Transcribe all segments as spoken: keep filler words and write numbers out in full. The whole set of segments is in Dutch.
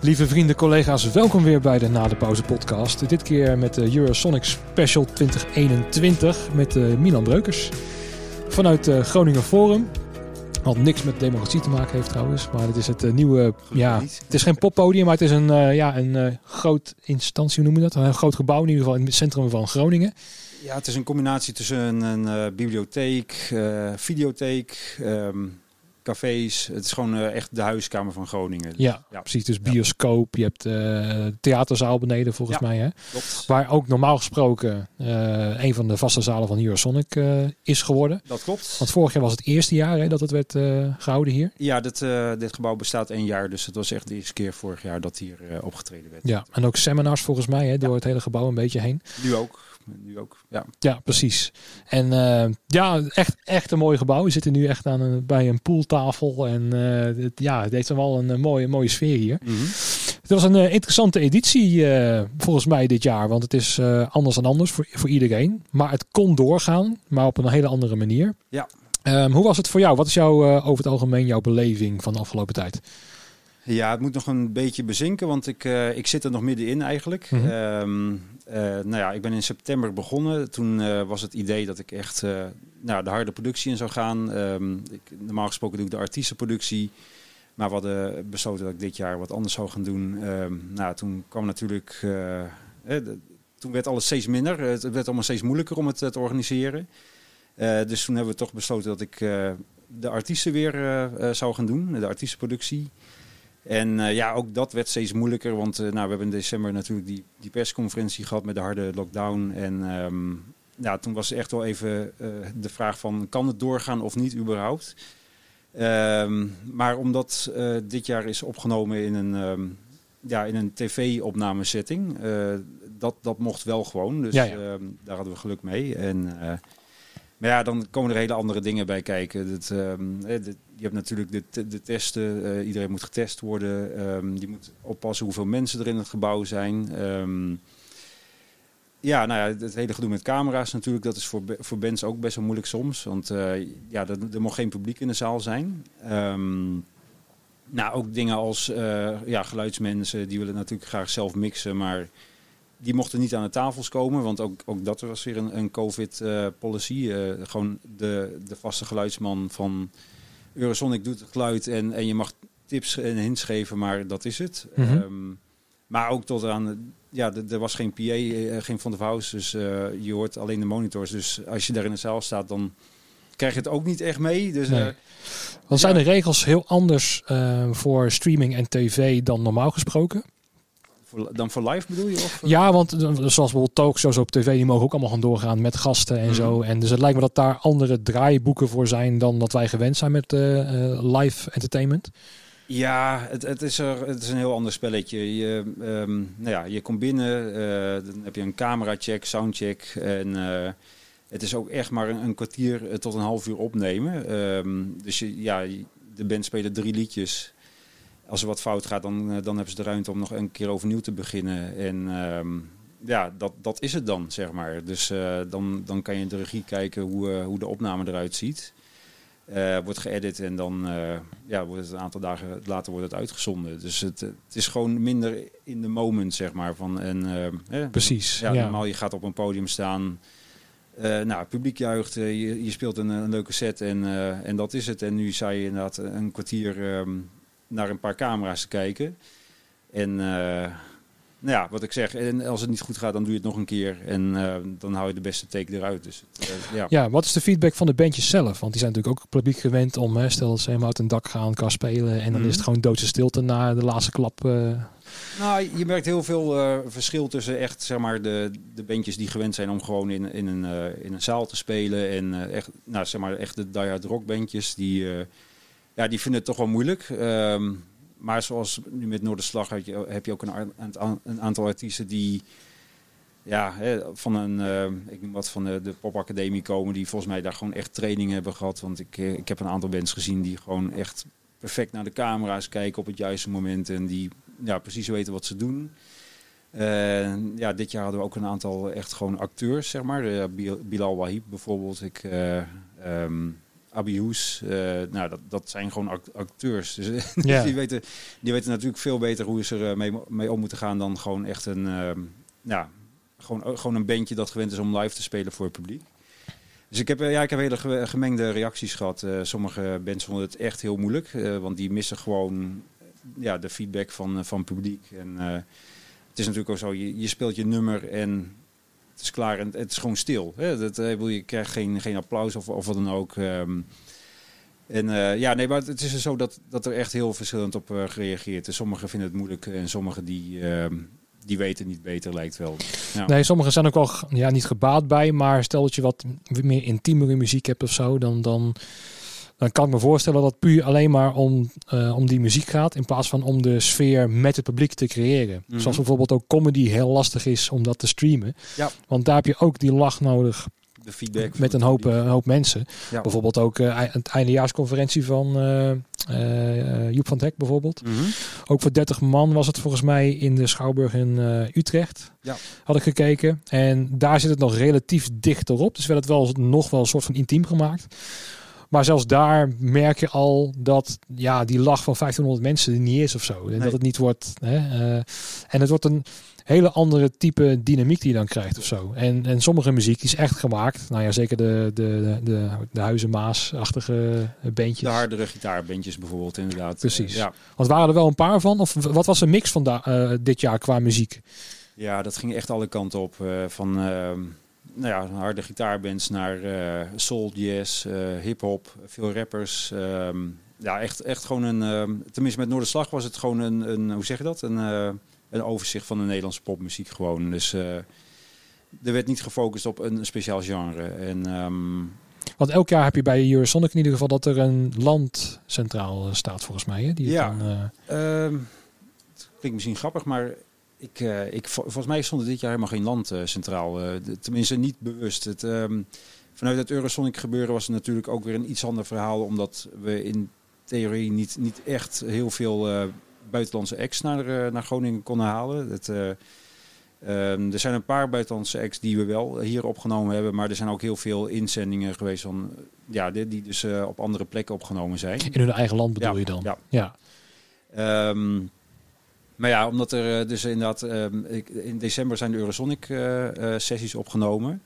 Lieve vrienden, collega's, welkom weer bij de Na de Pauze podcast. Dit keer met de Eurosonic Special twintig eenentwintig met uh, Milan Breukers. Vanuit uh, Groningen Forum. Wat niks met democratie te maken heeft trouwens. Maar het is het uh, nieuwe... Ja, het is geen poppodium, maar het is een, uh, ja, een uh, groot instantie, hoe noemen we dat? Een groot gebouw in ieder geval in het centrum van Groningen. Ja, het is een combinatie tussen een, een uh, bibliotheek, uh, videotheek... Um cafés, het is gewoon uh, echt de huiskamer van Groningen. Ja, ja. Precies. Dus bioscoop, je hebt uh, theaterzaal beneden volgens ja, mij. Hè? Klopt. Waar ook normaal gesproken uh, een van de vaste zalen van Eurosonic uh, is geworden. Dat klopt. Want vorig jaar was het eerste jaar hè, dat het werd uh, gehouden hier. Ja, dit, uh, dit gebouw bestaat één jaar, dus het was echt de eerste keer vorig jaar dat hier uh, opgetreden werd. Ja, en ook seminars volgens mij hè, door ja. het hele gebouw een beetje heen. Nu ook. Nu ook, ja. Ja, precies. En uh, ja, echt, echt een mooi gebouw. We zitten nu echt aan een, bij een pooltafel. En uh, het, ja, het heeft wel een, een mooie, mooie sfeer hier. Mm-hmm. Het was een uh, interessante editie uh, volgens mij dit jaar. Want het is uh, anders dan anders voor, voor iedereen. Maar het kon doorgaan, maar op een hele andere manier. Ja. Um, hoe was het voor jou? Wat is jouw, uh, over het algemeen jouw beleving van de afgelopen tijd? Ja, het moet nog een beetje bezinken, want ik, uh, ik zit er nog middenin eigenlijk. Mm-hmm. Um, uh, nou ja, ik ben in september begonnen. Toen uh, was het idee dat ik echt uh, nou, de harde productie in zou gaan. Um, ik, normaal gesproken doe ik de artiestenproductie. Maar we hadden besloten dat ik dit jaar wat anders zou gaan doen. Um, nou, toen kwam natuurlijk... Uh, eh, de, toen werd alles steeds minder. Het werd allemaal steeds moeilijker om het uh, te organiseren. Uh, dus toen hebben we toch besloten dat ik uh, de artiesten weer uh, uh, zou gaan doen. De artiestenproductie. En uh, ja, ook dat werd steeds moeilijker, want uh, nou, we hebben in december natuurlijk die, die persconferentie gehad met de harde lockdown. En um, ja, toen was echt wel even uh, de vraag van, kan het doorgaan of niet überhaupt? Um, maar omdat uh, dit jaar is opgenomen in een, um, ja, in een tv-opnamesetting, uh, dat, dat mocht wel gewoon. Dus ja, ja. Um, daar hadden we geluk mee. En... Uh, Maar ja, dan komen er hele andere dingen bij kijken. Dat, um, de, je hebt natuurlijk de, de testen. Uh, iedereen moet getest worden. Um, je moet oppassen hoeveel mensen er in het gebouw zijn. Um, ja, nou ja, het hele gedoe met camera's natuurlijk. Dat is voor, voor bands ook best wel moeilijk soms. Want uh, ja, er, er mag geen publiek in de zaal zijn. Um, nou, ook dingen als uh, ja, geluidsmensen. Die willen natuurlijk graag zelf mixen, maar... Die mochten niet aan de tafels komen, want ook, ook dat was weer een, een COVID-policy. Uh, uh, gewoon de, de vaste geluidsman van Eurosonic doet het geluid en, en je mag tips en hints geven, maar dat is het. Mm-hmm. Um, maar ook tot aan, ja, er was geen P A, uh, geen front of house, dus uh, je hoort alleen de monitors. Dus als je daar in de zaal staat, dan krijg je het ook niet echt mee. Dus, nee. uh, Dan zijn de regels heel anders uh, voor streaming en tv dan normaal gesproken? Dan voor live bedoel je? Of? Ja, want zoals bijvoorbeeld talkshows op tv, die mogen ook allemaal gaan doorgaan met gasten en mm. zo. En dus het lijkt me dat daar andere draaiboeken voor zijn dan dat wij gewend zijn met uh, uh, live entertainment. Ja, het, het, is er, het is een heel ander spelletje. Je, um, nou ja, je komt binnen, uh, dan heb je een camera-check, soundcheck. En uh, het is ook echt maar een, een kwartier uh, tot een half uur opnemen. Um, dus je, ja, de band spelen drie liedjes. Als er wat fout gaat, dan, dan hebben ze de ruimte om nog een keer overnieuw te beginnen. En um, ja, dat, dat is het dan, zeg maar. Dus uh, dan, dan kan je in de regie kijken hoe, uh, hoe de opname eruit ziet. Uh, wordt geëdit en dan uh, ja, wordt het een aantal dagen later wordt het uitgezonden. Dus het, het is gewoon minder in de moment, zeg maar. Van, en, uh, Precies. Ja, ja. Normaal, je gaat op een podium staan. Uh, nou, het publiek juicht, uh, je, je speelt een, een leuke set en, uh, en dat is het. En nu sta je inderdaad een kwartier... Um, naar een paar camera's te kijken. En uh, nou ja, wat ik zeg, en als het niet goed gaat, dan doe je het nog een keer. En uh, dan hou je de beste take eruit. Dus het, uh, ja. ja, wat is de feedback van de bandjes zelf? Want die zijn natuurlijk ook publiek gewend om, hè, stel dat ze helemaal uit een dak gaan, kan spelen. En dan mm. is het gewoon doodse stilte na de laatste klap. Uh... Nou, je merkt heel veel uh, verschil tussen echt, zeg maar, de, de bandjes die gewend zijn om gewoon in, in, een, uh, in een zaal te spelen. En uh, echt, nou, zeg maar, echt de die-hard rock bandjes die... Uh, Ja, die vinden het toch wel moeilijk. Um, maar zoals nu met Noorderslag heb je, heb je ook een, een, een aantal artiesten die ja, hè, van een, uh, ik noem wat van de, de popacademie komen, die volgens mij daar gewoon echt training hebben gehad. Want ik, uh, ik heb een aantal bands gezien die gewoon echt perfect naar de camera's kijken op het juiste moment en die ja, precies weten wat ze doen. Uh, ja, dit jaar hadden we ook een aantal echt gewoon acteurs, zeg maar. Uh, Bilal Wahib bijvoorbeeld. Ik, uh, um, Abihoes. Uh, nou, dat, dat zijn gewoon act- acteurs. Dus Ja. die, weten, die weten natuurlijk veel beter hoe ze er mee, mee om moeten gaan dan gewoon echt een, uh, ja, gewoon, gewoon een bandje dat gewend is om live te spelen voor het publiek. Dus ik heb, ja, ik heb hele gemengde reacties gehad. Uh, sommige bands vonden het echt heel moeilijk, uh, want die missen gewoon ja, de feedback van, van het publiek. En uh, het is natuurlijk ook zo, je, je speelt je nummer en het is klaar en het is gewoon stil. Hè? Dat, uh, je krijgt geen, geen applaus of, of wat dan ook. Um, en uh, ja, nee, maar het is dus zo dat, dat er echt heel verschillend op uh, gereageerd is. Sommigen vinden het moeilijk en sommigen die... Uh, Die weten niet beter, lijkt wel. Ja. Nee, sommigen zijn ook wel ja, niet gebaat bij. Maar stel dat je wat meer intiemere muziek hebt of zo. Dan, dan, dan kan ik me voorstellen dat het puur alleen maar om, uh, om die muziek gaat. In plaats van om de sfeer met het publiek te creëren. Mm-hmm. Zoals bijvoorbeeld ook comedy heel lastig is om dat te streamen. Ja. Want daar heb je ook die lach nodig. De feedback met een hoop, uh, hoop mensen. Ja. Bijvoorbeeld ook uh, het eindejaarsconferentie van uh, uh, Joep van het Hek bijvoorbeeld. Mm-hmm. Ook voor dertig man was het volgens mij in de Schouwburg in uh, Utrecht. Ja. Had ik gekeken. En daar zit het nog relatief dichterop. Dus werd het wel nog wel een soort van intiem gemaakt. Maar zelfs daar merk je al dat ja, die lach van vijftienhonderd mensen er niet is of zo. Nee. Dat het niet wordt... Hè, uh, en het wordt een... hele andere type dynamiek die je dan krijgt of zo. En, en sommige muziek is echt gemaakt. Nou ja, zeker de, de, de, de Huizenmaas-achtige bandjes. De hardere gitaarbandjes bijvoorbeeld, inderdaad. Precies. Uh, ja. Want waren er wel een paar van? Of wat was de mix van da- uh, dit jaar qua muziek? Ja, dat ging echt alle kanten op. Uh, van uh, nou ja, harde gitaarbands naar uh, soul, jazz, uh, hip-hop, veel rappers. Uh, ja, echt, echt gewoon een... Uh, tenminste, met Noorderslag was het gewoon een... een hoe zeg je dat? Een... Uh, een overzicht van de Nederlandse popmuziek gewoon. Dus uh, er werd niet gefocust op een speciaal genre. En, um... Want elk jaar heb je bij Eurosonic in ieder geval dat er een land centraal staat volgens mij. Hè? Die ja, dan, uh... um, het klinkt misschien grappig, maar ik, uh, ik, volgens mij stond er dit jaar helemaal geen land uh, centraal. Uh, de, tenminste niet bewust. Het, um, vanuit het Eurosonic gebeuren was het natuurlijk ook weer een iets ander verhaal. Omdat we in theorie niet, niet echt heel veel... Uh, buitenlandse acts naar, uh, naar Groningen konden halen. Het, uh, um, er zijn een paar buitenlandse acts die we wel hier opgenomen hebben, maar er zijn ook heel veel inzendingen geweest van, ja, die, die dus uh, op andere plekken opgenomen zijn. In hun eigen land bedoel ja, je dan? Ja. ja. Um, maar ja, omdat er uh, dus inderdaad, um, ik, in december zijn de Eurosonic uh, uh, sessies opgenomen.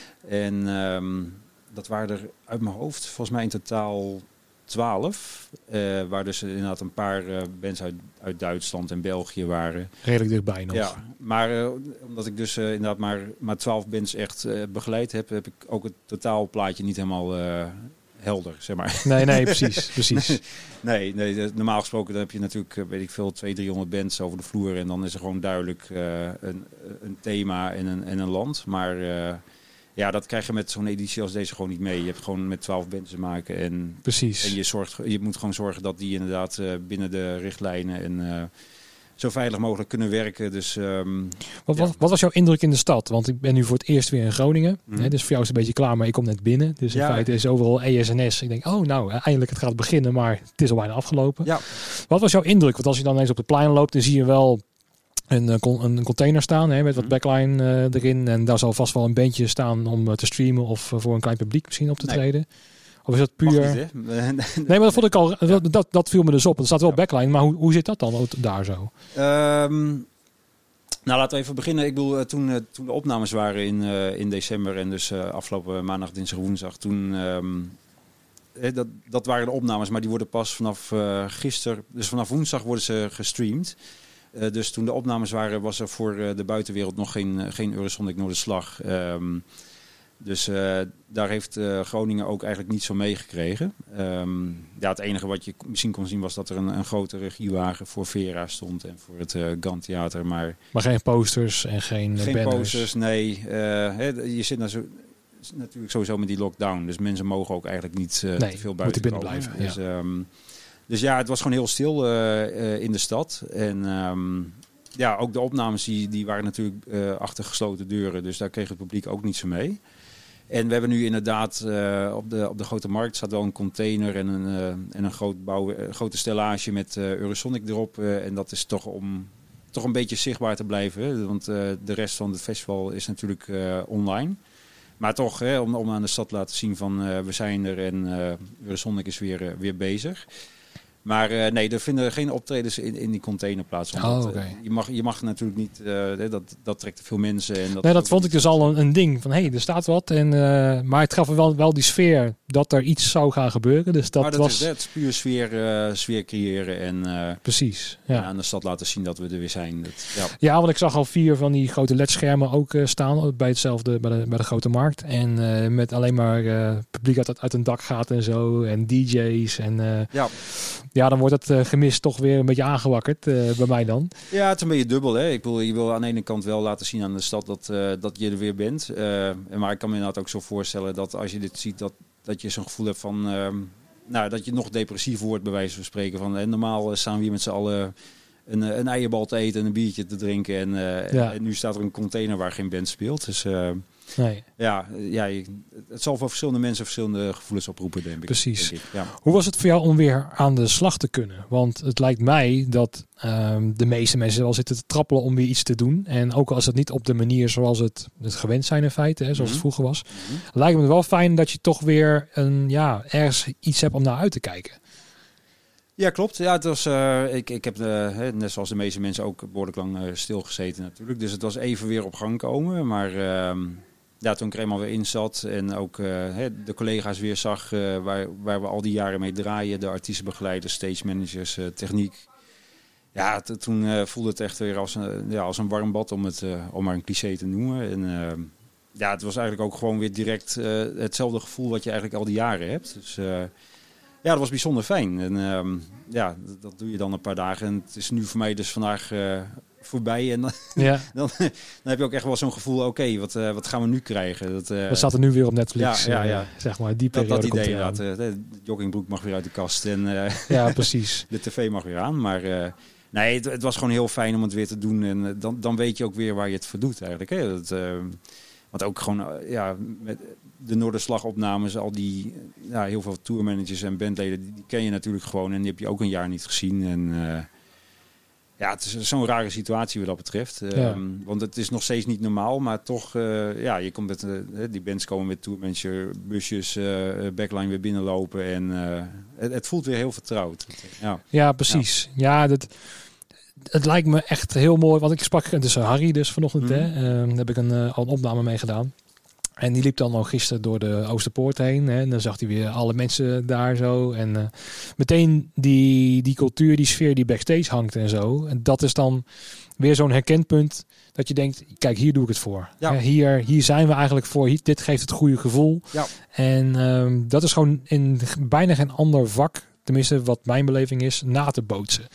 En um, dat waren er uit mijn hoofd volgens mij in totaal twaalf, uh, waar dus inderdaad een paar uh, bands uit, uit Duitsland en België waren. Redelijk dichtbij nog. Ja, maar uh, omdat ik dus uh, inderdaad maar, maar twaalf bands echt uh, begeleid heb, heb ik ook het totaalplaatje niet helemaal uh, helder, zeg maar. Nee, nee, precies, precies. nee, nee, normaal gesproken dan heb je natuurlijk, weet ik veel, tweehonderd, driehonderd bands over de vloer en dan is er gewoon duidelijk uh, een, een thema en een, en een land, maar... Uh, Ja, dat krijg je met zo'n editie als deze gewoon niet mee. Je hebt gewoon met twaalf bands te maken. En, Precies. En je, zorgt, je moet gewoon zorgen dat die inderdaad uh, binnen de richtlijnen en uh, zo veilig mogelijk kunnen werken. Dus, um, wat, ja. wat, wat was jouw indruk in de stad? Want ik ben nu voor het eerst weer in Groningen. Mm. Hè, dus voor jou is het een beetje klaar, maar ik kom net binnen. Dus in ja. feite is overal E S N S. Ik denk, oh nou, eindelijk het gaat beginnen, maar het is al bijna afgelopen. Ja. Wat was jouw indruk? Want als je dan eens op het plein loopt, dan zie je wel... Een, een container staan hè, met wat backline uh, erin. En daar zal vast wel een bandje staan om uh, te streamen of uh, voor een klein publiek misschien op te nee. treden. Of is dat puur... Niet, nee, maar dat vond ik al... Ja. Dat, dat viel me dus op. Er staat wel ja. backline, maar hoe, hoe zit dat dan daar zo? Um, nou, laten we even beginnen. Ik bedoel, toen, uh, toen de opnames waren in, uh, in december en dus uh, afgelopen maandag, dinsdag, woensdag, toen... Um, eh, dat, dat waren de opnames, maar die worden pas vanaf uh, gisteren... Dus vanaf woensdag worden ze gestreamd. Uh, dus toen de opnames waren, was er voor uh, de buitenwereld nog geen, uh, geen Eurosonic Noorderslag. Um, dus uh, daar heeft uh, Groningen ook eigenlijk niet zo meegekregen. Um, ja, het enige wat je misschien kon zien was dat er een, een grote regiewagen voor Vera stond en voor het uh, Gant Theater. Maar, maar geen posters en geen, geen banners? posters, nee. Uh, hè, je zit nou zo, natuurlijk sowieso met die lockdown. Dus mensen mogen ook eigenlijk niet uh, nee, te veel buiten binnen komen. blijven. Dus, ja. um, Dus ja, het was gewoon heel stil uh, uh, in de stad. En um, ja, ook de opnames die, die waren natuurlijk uh, achter gesloten deuren. Dus daar kreeg het publiek ook niet zo mee. En we hebben nu inderdaad uh, op, de, op de Grote Markt staat wel een container en een, uh, en een groot bouw, uh, grote stellage met uh, Eurosonic erop. Uh, en dat is toch om toch een beetje zichtbaar te blijven. Hè? Want uh, de rest van het festival is natuurlijk uh, online. maar toch, hè, om, om aan de stad te laten zien van uh, we zijn er en uh, Eurosonic is weer, uh, weer bezig. Maar uh, nee, er vinden geen optredens in, in die container plaats. Oh, uh, okay. je, mag, je mag natuurlijk niet, uh, dat, dat trekt veel mensen. En dat nee, dat vond ik dus al een, een ding. Van hé, hey, er staat wat. En, uh, maar het gaf wel, wel die sfeer dat er iets zou gaan gebeuren. Dus dat, maar dat was... is het, puur sfeer, uh, sfeer creëren. En, uh, Precies, ja. en aan de stad laten zien dat we er weer zijn. Dat, ja. ja, want ik zag al vier van die grote L E D-schermen ook uh, staan. Bij hetzelfde, bij de, bij de grote markt. En uh, met alleen maar uh, publiek uit, uit een dak gaat en zo. En D J's. En uh, ja. ja, dan wordt het uh, gemist toch weer een beetje aangewakkerd uh, bij mij dan. Ja, het is een beetje dubbel. Hè? Ik wil, je wil aan de ene kant wel laten zien aan de stad dat, uh, dat je er weer bent. Uh, maar ik kan me inderdaad ook zo voorstellen dat als je dit ziet, dat, dat je zo'n gevoel hebt van... Uh, nou, dat je nog depressief wordt, bij wijze van spreken. Van, en normaal uh, staan we hier met z'n allen een, een eierbal te eten en een biertje te drinken. En, uh, ja. en nu staat er een container waar geen band speelt. Dus... Uh, Nee. Ja, ja, het zal voor verschillende mensen verschillende gevoelens oproepen, denk ik. Precies. Denk ik. Ja. Hoe was het voor jou om weer aan de slag te kunnen? Want het lijkt mij dat um, de meeste mensen wel zitten te trappelen om weer iets te doen. En ook als het niet op de manier zoals het, het gewend zijn in feite, hè, zoals mm-hmm. het vroeger was. Mm-hmm. Lijkt me het wel fijn dat je toch weer een, ja, ergens iets hebt om naar uit te kijken. Ja, klopt. Ja, het was, uh, ik, ik heb uh, net zoals de meeste mensen ook behoorlijk lang uh, stilgezeten natuurlijk. Dus het was even weer op gang komen. Maar uh, ja, toen ik er eenmaal weer in zat en ook uh, de collega's weer zag uh, waar, waar we al die jaren mee draaien. De artiestenbegeleiders, stage managers, uh, techniek. Ja, t- toen uh, voelde het echt weer als een, ja, als een warm bad om het uh, om maar een cliché te noemen. En uh, ja, het was eigenlijk ook gewoon weer direct uh, hetzelfde gevoel wat je eigenlijk al die jaren hebt. Dus... Uh, Ja, dat was bijzonder fijn. En um, ja, dat, dat doe je dan een paar dagen. En het is nu voor mij dus vandaag uh, voorbij. En dan, ja. dan, dan heb je ook echt wel zo'n gevoel, oké, okay, wat, uh, wat gaan we nu krijgen? Dat, uh, dat staat er nu weer op Netflix, ja, ja, ja. Uh, zeg maar. Die periode dat, dat idee inderdaad. Uh, de joggingbroek mag weer uit de kast. En uh, ja, precies. de tv mag weer aan. Maar uh, nee, het, het was gewoon heel fijn om het weer te doen. En uh, dan, dan weet je ook weer waar je het voor doet eigenlijk. Hè? Dat, uh, want ook gewoon, uh, ja... Met, de Noorderslag-opnames, al die ja, heel veel tourmanagers en bandleden, die, die ken je natuurlijk gewoon en die heb je ook een jaar niet gezien. En uh, ja, het is zo'n rare situatie wat dat betreft. Ja. Um, want het is nog steeds niet normaal, maar toch, uh, ja, je komt met uh, die bands komen met tourmanager, busjes, uh, backline weer binnenlopen en uh, het, het voelt weer heel vertrouwd. Ja, ja precies. Ja, ja dat. Het lijkt me echt heel mooi, want ik sprak dus Harry dus vanochtend, mm. hè. Uh, daar heb ik een, uh, al een opname mee gedaan. En die liep dan nog gisteren door de Oosterpoort heen. Hè, en dan zag hij weer alle mensen daar zo. En uh, meteen die, die cultuur, die sfeer die backstage hangt en zo. En dat is dan weer zo'n herkenpunt dat je denkt, kijk, hier doe ik het voor. Ja. Ja, hier, hier zijn we eigenlijk voor. Hier, dit geeft het goede gevoel. Ja. En um, dat is gewoon in bijna geen ander vak, tenminste wat mijn beleving is, na te bootsen.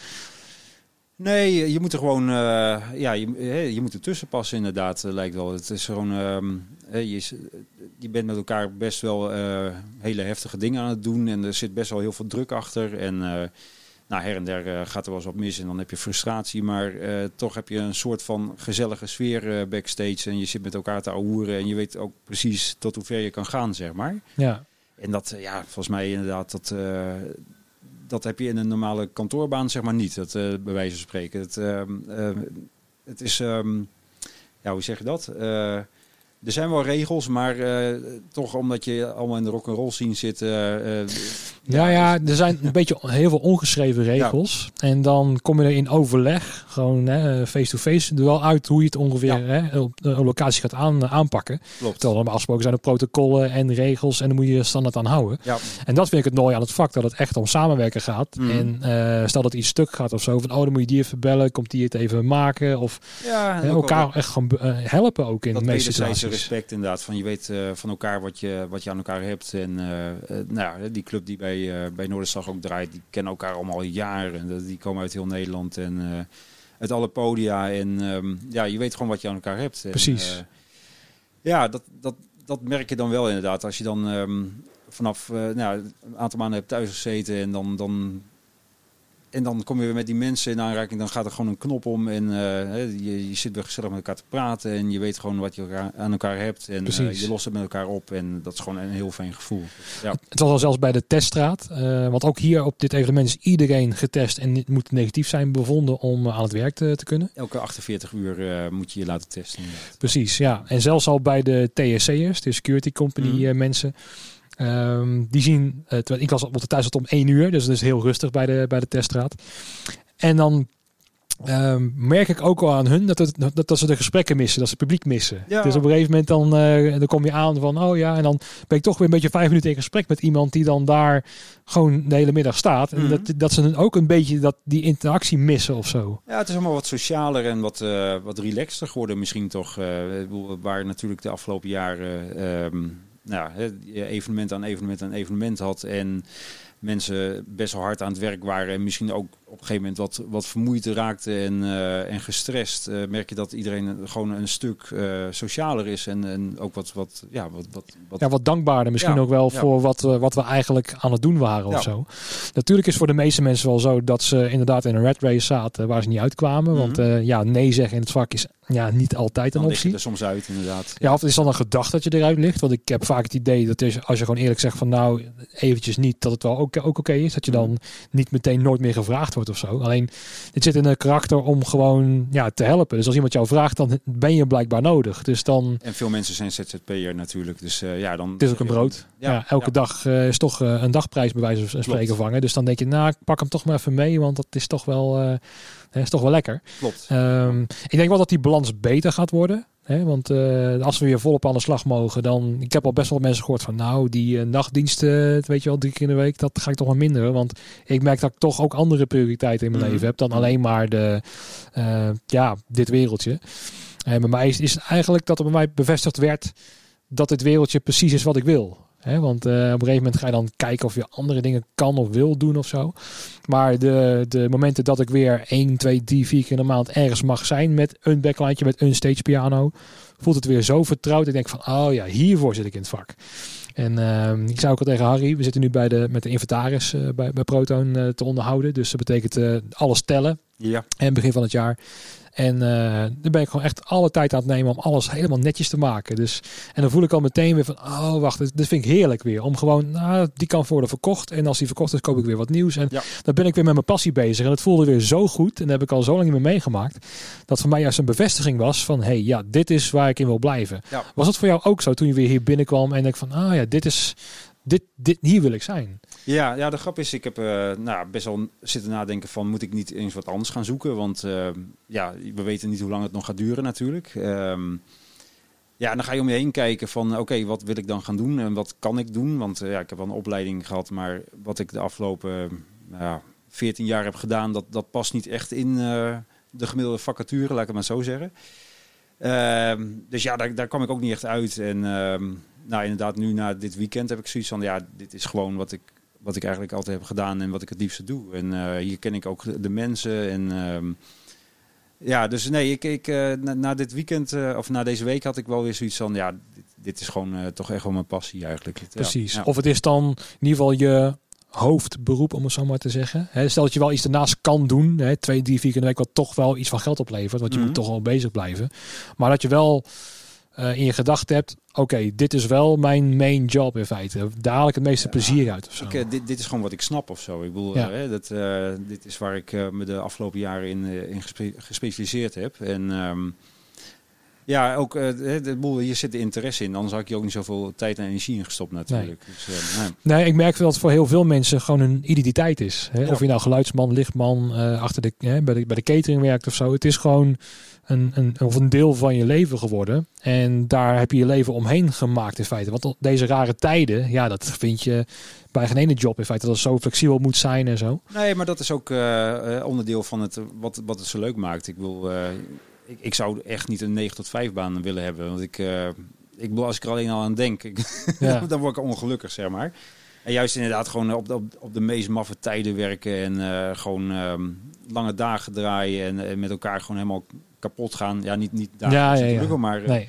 Nee, je moet er gewoon, uh, ja, je, je moet er tussen passen inderdaad, uh, lijkt wel. Het is gewoon, um, je, je bent met elkaar best wel uh, hele heftige dingen aan het doen en er zit best wel heel veel druk achter. En uh, nou, her en der uh, gaat er wel eens wat mis en dan heb je frustratie, maar uh, toch heb je een soort van gezellige sfeer uh, backstage en je zit met elkaar te ouwehoeren en je weet ook precies tot hoe ver je kan gaan, zeg maar. Ja. En dat, uh, ja, volgens mij inderdaad, dat... Uh, Dat heb je in een normale kantoorbaan zeg maar niet, dat, uh, bij wijze van spreken. Het, uh, uh, het is, um, ja, hoe zeg je dat? Uh, er zijn wel regels, maar uh, toch omdat je allemaal in de rock'n'roll scene zit. Uh, uh, ja, ja, er zijn een beetje heel veel ongeschreven regels. Ja. En dan kom je er in overleg, gewoon hè, face-to-face, er wel uit hoe je het ongeveer ja. hè, op de locatie gaat aan, aanpakken. Klopt. Terwijl normaal gesproken zijn er protocollen en regels en dan moet je je standaard aan houden. Ja. En dat vind ik het mooie aan het vak, dat het echt om samenwerken gaat. Mm. En uh, stel dat iets stuk gaat of zo, van oh, dan moet je die even bellen, komt die het even maken. Of ja, hè, elkaar wel, echt gewoon uh, helpen ook in de meeste situaties. Respect inderdaad, van je weet uh, van elkaar wat je, wat je aan elkaar hebt. En uh, uh, nou ja, die club die bij, uh, bij Noorderslag ook draait, die kennen elkaar allemaal al jaren. Die komen uit heel Nederland en uh, uit alle podia. En um, ja, je weet gewoon wat je aan elkaar hebt. En, precies. Uh, ja, dat, dat, dat merk je dan wel inderdaad. Als je dan um, vanaf uh, nou, een aantal maanden hebt thuis gezeten en dan... dan en dan kom je weer met die mensen in aanraking. Dan gaat er gewoon een knop om. En uh, je, je zit weer gezellig met elkaar te praten. En je weet gewoon wat je elkaar, aan elkaar hebt. En uh, je lost het met elkaar op. En dat is gewoon een heel fijn gevoel. Ja. Het was al zelfs bij de teststraat. Uh, want ook hier op dit evenement is iedereen getest. En het moet negatief zijn bevonden om aan het werk te, te kunnen. Elke achtenveertig uur uh, moet je je laten testen. Precies, ja. En zelfs al bij de T S C'ers, de security company mm. uh, mensen... Um, die zien, uh, ik was op de thuis zat om één uur, dus het is heel rustig bij de, bij de teststraat. En dan um, merk ik ook al aan hun dat, het, dat, dat ze de gesprekken missen, dat ze het publiek missen. Ja. Dus op een gegeven moment dan, uh, dan kom je aan van, oh ja, en dan ben ik toch weer een beetje vijf minuten in gesprek met iemand die dan daar gewoon de hele middag staat. En mm. dat, dat ze dan ook een beetje dat, die interactie missen of zo. Ja, het is allemaal wat socialer en wat, uh, wat relaxter geworden misschien toch. Uh, waar natuurlijk de afgelopen jaren... Um, Nou, evenement aan evenement aan evenement had en mensen best wel hard aan het werk waren en misschien ook op een gegeven moment wat, wat vermoeid raakten en, uh, en gestrest, uh, merk je dat iedereen gewoon een stuk uh, socialer is en, en ook wat, wat, ja, wat, wat, wat... Ja, wat dankbaarder misschien ja, ook wel ja. voor wat, uh, wat we eigenlijk aan het doen waren ja. of zo. Natuurlijk is voor de meeste mensen wel zo dat ze inderdaad in een rat race zaten waar ze niet uitkwamen, mm-hmm. want uh, ja, nee zeggen in het vak is ja, niet altijd een dan optie. Er soms uit, inderdaad. Ja, of het is dan een gedachte dat je eruit ligt. Want ik heb vaak het idee dat is, als je gewoon eerlijk zegt van nou, eventjes niet, dat het wel ook, ook oké okay is. Dat je dan niet meteen nooit meer gevraagd wordt of zo. Alleen, dit zit in een karakter om gewoon ja, te helpen. Dus als iemand jou vraagt, dan ben je blijkbaar nodig. Dus dan... En veel mensen zijn Z Z P'er natuurlijk. Dus uh, ja, dan... Het is ook een brood. Ja, ja, elke ja. dag uh, is toch uh, een dagprijs bij wijze van spreken vangen. Dus dan denk je, nou, ik pak hem toch maar even mee. Want dat is toch wel... Uh, Dat is toch wel lekker. Klopt. Um, ik denk wel dat die balans beter gaat worden. Hè? Want uh, als we weer volop aan de slag mogen, dan... Ik heb al best wel mensen gehoord van... Nou, die uh, nachtdiensten, weet je wel, drie keer in de week... Dat ga ik toch wel minderen. Want ik merk dat ik toch ook andere prioriteiten in mijn mm. leven heb... dan alleen maar de, uh, ja, dit wereldje. En bij mij is, is het eigenlijk dat er bij mij bevestigd werd... dat dit wereldje precies is wat ik wil... He, want uh, op een gegeven moment ga je dan kijken of je andere dingen kan of wil doen of zo. Maar de, de momenten dat ik weer één, twee, drie, vier keer in de maand ergens mag zijn met een backline'tje, met een stage piano, voelt het weer zo vertrouwd. Ik denk van, oh ja, hiervoor zit ik in het vak. En uh, ik zei ook al tegen Harry, we zitten nu bij de, met de inventaris uh, bij, bij Proton uh, te onderhouden. Dus dat betekent uh, alles tellen. Ja. En begin van het jaar. En uh, dan ben ik gewoon echt alle tijd aan het nemen om alles helemaal netjes te maken. Dus, en dan voel ik al meteen weer van, oh wacht, dit, dit vind ik heerlijk weer. Om gewoon, nou, die kan worden verkocht. En als die verkocht is, koop ik weer wat nieuws. En ja. dan ben ik weer met mijn passie bezig. En het voelde weer zo goed. En dat heb ik al zo lang niet meer meegemaakt. Dat voor mij juist een bevestiging was van, hey, ja, dit is waar ik in wil blijven. Ja. Was het voor jou ook zo toen je weer hier binnenkwam en ik van, ah ja, dit is... Dit, dit, hier wil ik zijn. Ja, ja, de grap is, ik heb uh, nou, best wel zitten nadenken van, moet ik niet eens wat anders gaan zoeken? Want uh, ja, we weten niet hoe lang het nog gaat duren natuurlijk. Um, ja, dan ga je om je heen kijken van, oké, okay, wat wil ik dan gaan doen? En wat kan ik doen? Want uh, ja, ik heb wel een opleiding gehad, maar wat ik de afgelopen uh, ja, veertien jaar heb gedaan, dat, dat past niet echt in uh, de gemiddelde vacature, laat ik het maar zo zeggen. Uh, dus ja, daar, daar kwam ik ook niet echt uit. En uh, nou, inderdaad, nu na dit weekend heb ik zoiets van, ja, dit is gewoon wat ik, wat ik eigenlijk altijd heb gedaan en wat ik het liefste doe. En uh, hier ken ik ook de mensen. En uh, ja, dus nee, ik, ik uh, na, na dit weekend, uh, of na deze week had ik wel weer zoiets van, ja, dit, dit is gewoon uh, toch echt wel mijn passie eigenlijk. Precies. Ja. Of het is dan in ieder geval je hoofdberoep, om het zo maar te zeggen. He, stel dat je wel iets ernaast kan doen, he, twee, drie, vier keer in de week, wat toch wel iets van geld oplevert, want je mm-hmm. moet toch wel bezig blijven. Maar dat je wel uh, in je gedachten hebt, oké, okay, dit is wel mijn main job in feite. Daar haal ik het meeste ja, plezier uit of zo. Ik, uh, dit, dit is gewoon wat ik snap of zo. Ik bedoel, ja. uh, dat, uh, dit is waar ik uh, me de afgelopen jaren in, uh, in gespe- gespecialiseerd heb. En um, ja, ook uh, de boel, hier zit de interesse in. Anders had ik je ook niet zoveel tijd en energie in gestopt natuurlijk. Nee, dus, uh, nee. nee ik merk dat het voor heel veel mensen gewoon een identiteit is. Hè? Ja. Of je nou geluidsman, lichtman, uh, achter de, hè, bij, de, bij de catering werkt of zo. Het is gewoon een, een, of een deel van je leven geworden. En daar heb je je leven omheen gemaakt in feite. Want deze rare tijden, ja, dat vind je bij geen ene job in feite. Dat het zo flexibel moet zijn en zo. Nee, maar dat is ook uh, onderdeel van het wat, wat het zo leuk maakt. Ik wil... Uh, Ik, ik zou echt niet een negen tot vijf baan willen hebben. Want ik, uh, ik bedoel, als ik er alleen al aan denk, ik, ja. dan word ik ongelukkig, zeg maar. En juist inderdaad gewoon op de, op de meest maffe tijden werken. En uh, gewoon um, lange dagen draaien. En, en met elkaar gewoon helemaal kapot gaan. Ja, niet, niet dagelijks ja, ja, natuurlijk, ja. maar... Nee.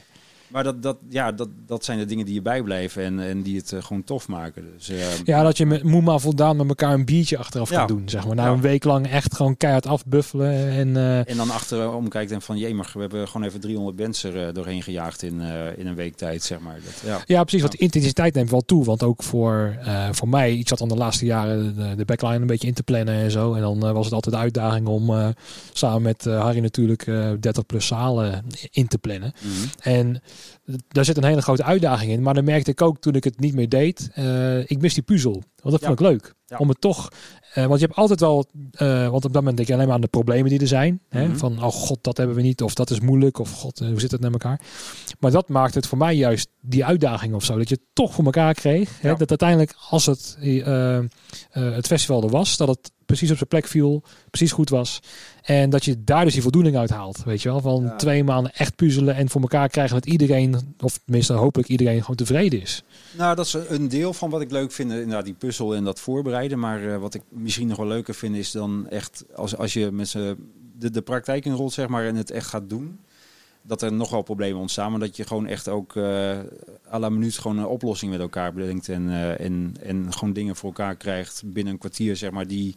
Maar dat, dat, ja, dat, dat zijn de dingen die je bijblijven en, en die het uh, gewoon tof maken. Dus, uh, ja, dat je met moet maar voldaan met elkaar een biertje achteraf ja. kan doen, zeg maar. Na ja. een week lang echt gewoon keihard afbuffelen. En, uh, en dan achterom kijkt en van, jemig, we hebben gewoon even driehonderd bands er uh, doorheen gejaagd in, uh, in een week tijd, zeg maar. Dat, ja. ja, precies. Ja. Want de intensiteit neemt wel toe. Want ook voor, uh, voor mij, ik zat dan de laatste jaren de, de backline een beetje in te plannen en zo. En dan uh, was het altijd de uitdaging om uh, samen met uh, Harry natuurlijk uh, dertig plus zalen in te plannen. Mm-hmm. En daar zit een hele grote uitdaging in. Maar dan merkte ik ook toen ik het niet meer deed. Uh, ik mis die puzzel. Want dat ja. vond ik leuk. Ja. Om het toch... Uh, want je hebt altijd wel... Uh, want op dat moment denk je alleen maar aan de problemen die er zijn. Mm-hmm. Hè? Van, oh god, dat hebben we niet. Of dat is moeilijk. Of god, hoe zit het met elkaar? Maar dat maakt het voor mij juist die uitdaging of zo. Dat je het toch voor elkaar kreeg. Hè? Ja. Dat uiteindelijk, als het, uh, uh, het festival er was, dat het precies op zijn plek viel. Precies goed was. En dat je daar dus die voldoening uit haalt. Weet je wel? Van ja. twee maanden echt puzzelen en voor elkaar krijgen dat iedereen, of tenminste hopelijk iedereen, gewoon tevreden is. Nou, dat is een deel van wat ik leuk vind. Inderdaad, die puzzel en dat voorbereiden. Maar uh, wat ik misschien nog wel leuker vind is dan echt als, als je met z'n de, de praktijk inrolt, zeg maar, en het echt gaat doen. Dat er nog wel problemen ontstaan. Maar dat je gewoon echt ook uh, à la minuut gewoon een oplossing met elkaar bedenkt. En, uh, en, en gewoon dingen voor elkaar krijgt binnen een kwartier, zeg maar, die...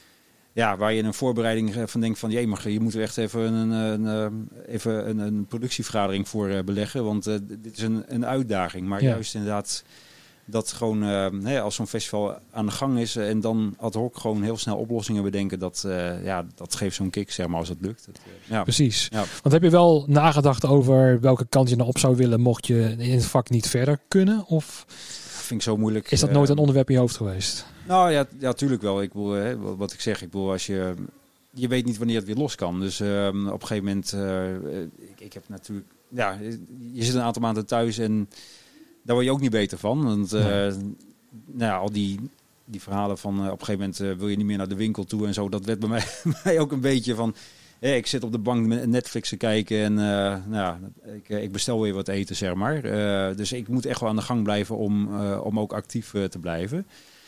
Ja, waar je in een voorbereiding van denkt van... jee, mag je moet er echt even een, een, een, even een, een productievergadering voor uh, beleggen. Want uh, dit is een, een uitdaging. Maar ja. juist inderdaad dat gewoon uh, hè, als zo'n festival aan de gang is... en dan ad hoc gewoon heel snel oplossingen bedenken... dat, uh, ja, dat geeft zo'n kick, zeg maar, als dat lukt. Dat, uh, ja. Precies. Ja. Want heb je wel nagedacht over welke kant je nou op zou willen... mocht je in het vak niet verder kunnen? Of vind ik zo moeilijk. Is dat nooit een onderwerp in je hoofd geweest? Nou ja, ja, tuurlijk wel. Ik bedoel, hè, wat ik zeg, ik bedoel, als je, je weet niet wanneer het weer los kan. Dus uh, op een gegeven moment, uh, ik, ik heb natuurlijk, ja, je zit een aantal maanden thuis en daar word je ook niet beter van. Want uh, nee. nou ja, al die, die verhalen van uh, op een gegeven moment uh, wil je niet meer naar de winkel toe en zo. Dat werd bij mij, mij ook een beetje van, ja, ik zit op de bank met Netflix te kijken en uh, nou ja, ik, ik bestel weer wat eten, zeg maar. Uh, dus ik moet echt wel aan de gang blijven om, uh, om ook actief uh, te blijven.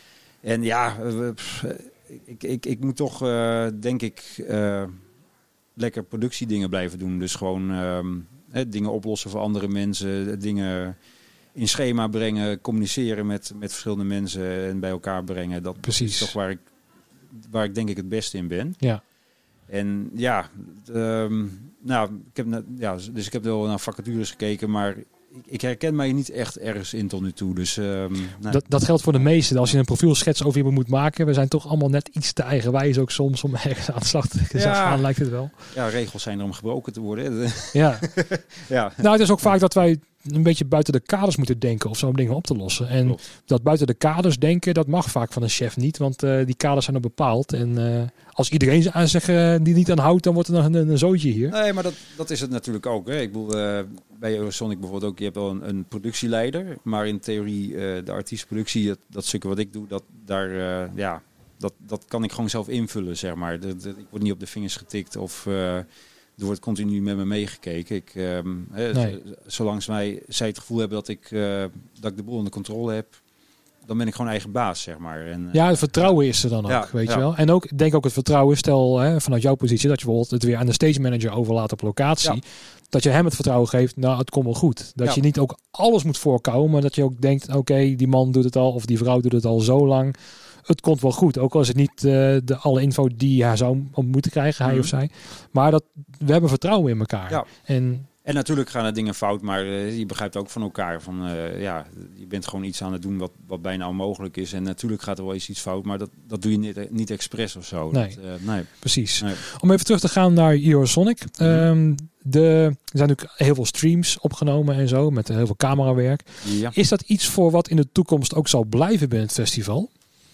En ja, pff, ik, ik, ik moet toch, uh, denk ik, uh, lekker productiedingen blijven doen. Dus gewoon uh, hè, dingen oplossen voor andere mensen, dingen in schema brengen, communiceren met, met verschillende mensen en bij elkaar brengen. Dat Precies. is toch waar ik, waar ik denk ik het beste in ben. Ja. En ja, um, nou, ik heb, ja, dus ik heb wel naar vacatures gekeken, maar ik herken mij niet echt ergens in tot nu toe. Dus, um, nee. dat, dat geldt voor de meesten. Als je een profielschets over iemand moet maken, we zijn toch allemaal net iets te eigenwijs ook soms om ergens aan de slag te ja. gaan, lijkt het wel. Ja, regels zijn er om gebroken te worden. Ja. ja. Nou, het is ook vaak dat wij een beetje buiten de kaders moeten denken of zo om dingen op te lossen. En Klopt. dat buiten de kaders denken, dat mag vaak van een chef niet, want uh, die kaders zijn al bepaald. En uh, als iedereen aan zich uh, die niet aan houdt, dan wordt er nog een, een zootje hier. Nee, maar dat, dat is het natuurlijk ook. Hè. Ik bedoel, uh, bij Eurosonic bijvoorbeeld ook, je hebt wel een, een productieleider, maar in theorie uh, de artiestenproductie, dat, dat stukje wat ik doe, dat daar, uh, ja, dat, dat kan ik gewoon zelf invullen, zeg maar. De, de, ik word niet op de vingers getikt of uh, er wordt continu met me meegekeken. Ik, um, nee. Zolang zij, zij het gevoel hebben dat ik, uh, dat ik de boel onder controle heb, dan ben ik gewoon eigen baas, zeg maar. En, ja, het vertrouwen is er dan ook, ja, weet ja. je wel. En ook, ik denk ook het vertrouwen, stel hè, vanuit jouw positie, dat je bijvoorbeeld het weer aan de stage manager overlaat op locatie. Ja. Dat je hem het vertrouwen geeft, nou, het komt wel goed. Dat ja. je niet ook alles moet voorkomen, maar dat je ook denkt, oké, okay, die man doet het al, of die vrouw doet het al zo lang. Het komt wel goed, ook al is het niet uh, de alle info die hij zou moeten krijgen, hij mm. of zij. Maar dat, we hebben vertrouwen in elkaar. Ja. En, en natuurlijk gaan er dingen fout, maar uh, je begrijpt ook van elkaar. Van, uh, ja, je bent gewoon iets aan het doen wat, wat bijna onmogelijk is. En natuurlijk gaat er wel eens iets fout, maar dat, dat doe je niet, niet expres of zo. Nee, dat, uh, nee. precies. Nee. Om even terug te gaan naar Eurosonic. Mm. Um, de, er zijn natuurlijk heel veel streams opgenomen en zo, met heel veel camerawerk. Ja. Is dat iets voor wat in de toekomst ook zal blijven binnen het festival?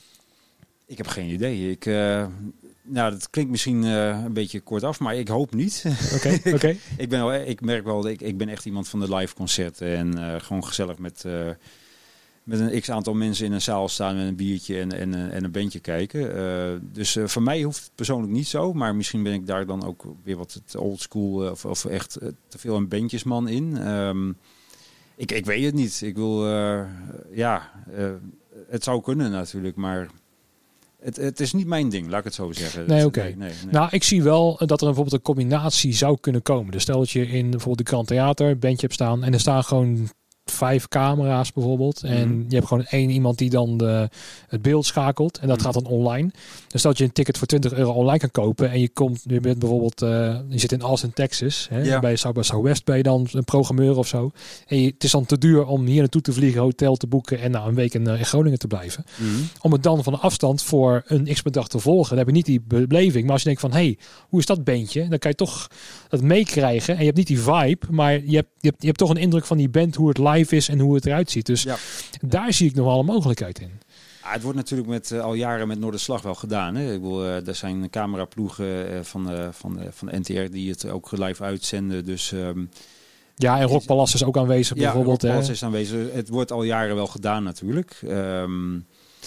Ik heb geen idee. Ik, uh, nou, dat klinkt misschien uh, een beetje kortaf, maar ik hoop niet. Oké. Okay, okay. ik, ben wel, ik merk wel dat ik, ik ben echt iemand van de live concerten en uh, gewoon gezellig met, uh, met een x aantal mensen in een zaal staan met een biertje en, en, en een bandje kijken. Uh, dus uh, voor mij hoeft het persoonlijk niet zo, maar misschien ben ik daar dan ook weer wat te old school uh, of, of echt uh, te veel een bandjesman in. Um, ik, ik weet het niet. Ik wil, uh, ja, uh, het zou kunnen natuurlijk, maar Het, het is niet mijn ding, laat ik het zo zeggen. Nee, oké. Okay. Nee, nee, nee. Nou, ik zie wel dat er bijvoorbeeld een combinatie zou kunnen komen. Dus stel dat je in bijvoorbeeld de Grand Theater een bandje hebt staan en er staan gewoon vijf camera's bijvoorbeeld. En Mm-hmm. je hebt gewoon één iemand die dan de, het beeld schakelt. En dat Mm-hmm. gaat dan online. Dus dat je een ticket voor twintig euro online kan kopen. En je komt, je bent bijvoorbeeld, uh, je zit in Austin, Texas. Hè, Ja. Bij South by Southwest ben je dan een programmeur of zo. En je, het is dan te duur om hier naartoe te vliegen, hotel te boeken en nou een week in, uh, in Groningen te blijven. Mm-hmm. Om Om het dan van de afstand voor een x-bedrag te volgen. Dan heb je niet die beleving. Maar als je denkt van, hé, hey, hoe is dat bandje? Dan kan je toch het meekrijgen. En je hebt niet die vibe, maar je hebt, je, hebt, je hebt toch een indruk van die band, hoe het live is en hoe het eruit ziet. Dus ja. daar zie ik nog wel een mogelijkheid in. Ah, het wordt natuurlijk met, uh, al jaren met Noorderslag wel gedaan. Hè? Ik bedoel, uh, er zijn cameraploegen uh, van, uh, van, uh, van de N T R die het ook live uitzenden. Dus, um, ja, en Rockpalast is ook aanwezig ja, bijvoorbeeld. Rockpalast hè? is aanwezig. Het wordt al jaren wel gedaan natuurlijk. Um,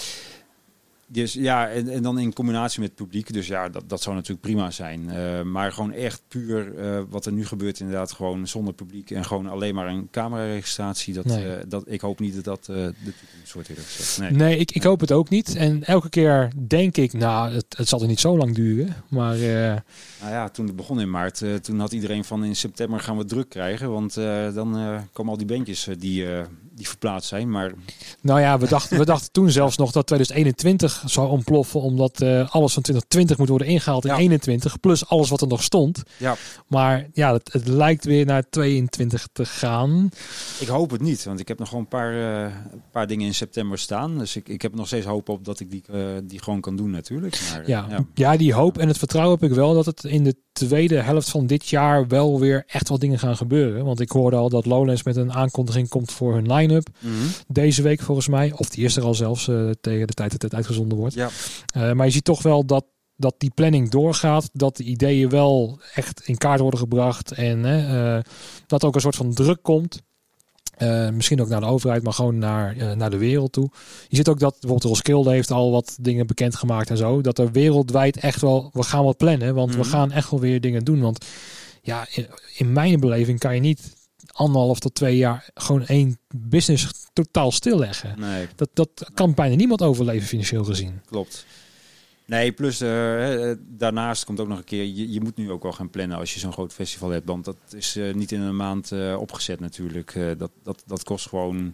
Dus ja, en, en dan in combinatie met het publiek. Dus ja, dat, dat zou natuurlijk prima zijn. Uh, maar gewoon echt puur uh, wat er nu gebeurt inderdaad. Gewoon zonder publiek en gewoon alleen maar een cameraregistratie. Dat, Nee. uh, dat, ik hoop niet dat dat uh, de toekomst wordt eerlijk gezegd. Nee, nee ik, ik hoop het ook niet. En elke keer denk ik, nou, het, het zal er niet zo lang duren. Maar uh... nou ja, toen het begon in maart, uh, toen had iedereen van in september gaan we druk krijgen. Want uh, dan uh, komen al die bandjes uh, die... Uh, die verplaatst zijn, maar... Nou ja, we dachten, we dachten toen zelfs nog dat twintig eenentwintig zou ontploffen, omdat uh, alles van twintig twintig moet worden ingehaald in ja. eenentwintig, plus alles wat er nog stond. Ja. Maar ja, het, het lijkt weer naar tweeëntwintig te gaan. Ik hoop het niet, want ik heb nog gewoon een paar, uh, een paar dingen in september staan. Dus ik, ik heb nog steeds hoop op dat ik die, uh, die gewoon kan doen natuurlijk. Maar, ja. ja. ja, die hoop en het vertrouwen heb ik wel dat het in de tweede helft van dit jaar wel weer echt wat dingen gaan gebeuren. Want ik hoorde al dat Lowlands met een aankondiging komt voor hun line-up. Mm-hmm. Deze week volgens mij. Of die is er al zelfs uh, tegen de tijd dat het uitgezonden wordt. Ja. Uh, maar je ziet toch wel dat, dat die planning doorgaat. Dat de ideeën wel echt in kaart worden gebracht. En uh, dat ook een soort van druk komt. Uh, misschien ook naar de overheid, maar gewoon naar, uh, naar de wereld toe. Je ziet ook dat bijvoorbeeld Roskilde heeft al wat dingen bekendgemaakt en zo. Dat er wereldwijd echt wel, we gaan wat plannen. Want mm-hmm. we gaan echt wel weer dingen doen. Want ja, in, in mijn beleving kan je niet anderhalf tot twee jaar gewoon één business totaal stilleggen. Nee. Dat, dat kan nee. bijna niemand overleven financieel gezien. Klopt. Nee, plus uh, daarnaast komt ook nog een keer, je, je moet nu ook wel gaan plannen als je zo'n groot festival hebt. Want dat is uh, niet in een maand uh, opgezet natuurlijk. Uh, dat, dat, dat kost gewoon,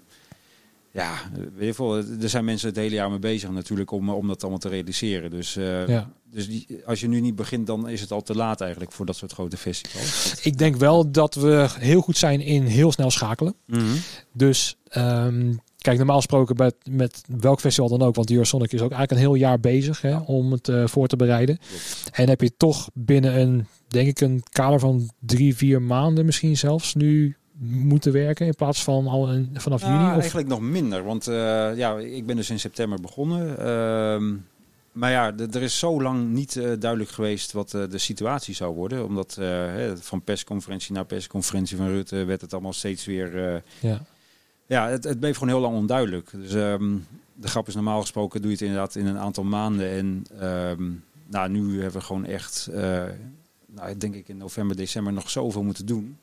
ja, weet je wel, er zijn mensen het hele jaar mee bezig natuurlijk om, om dat allemaal te realiseren. Dus, uh, ja. dus die, als je nu niet begint, dan is het al te laat eigenlijk voor dat soort grote festivals. Ik denk wel dat we heel goed zijn in heel snel schakelen. Mm-hmm. Dus... Um, Kijk, normaal gesproken met, met welk festival dan ook, want Eurosonic is ook eigenlijk een heel jaar bezig hè, om het uh, voor te bereiden. Klopt. En heb je toch binnen een, denk ik, een kader van drie, vier maanden misschien zelfs nu moeten werken in plaats van al een, vanaf ja, juni? Of? Eigenlijk nog minder, want uh, ja, ik ben dus in september begonnen. Uh, maar ja, d- er is zo lang niet uh, duidelijk geweest wat uh, de situatie zou worden. Omdat uh, hè, van persconferentie naar persconferentie van Rutte werd het allemaal steeds weer... Uh, ja. Ja, het, het bleef gewoon heel lang onduidelijk. Dus um, de grap is normaal gesproken doe je het inderdaad in een aantal maanden. En um, nou, nu hebben we gewoon echt, uh, nou, denk ik in november, december nog zoveel moeten doen.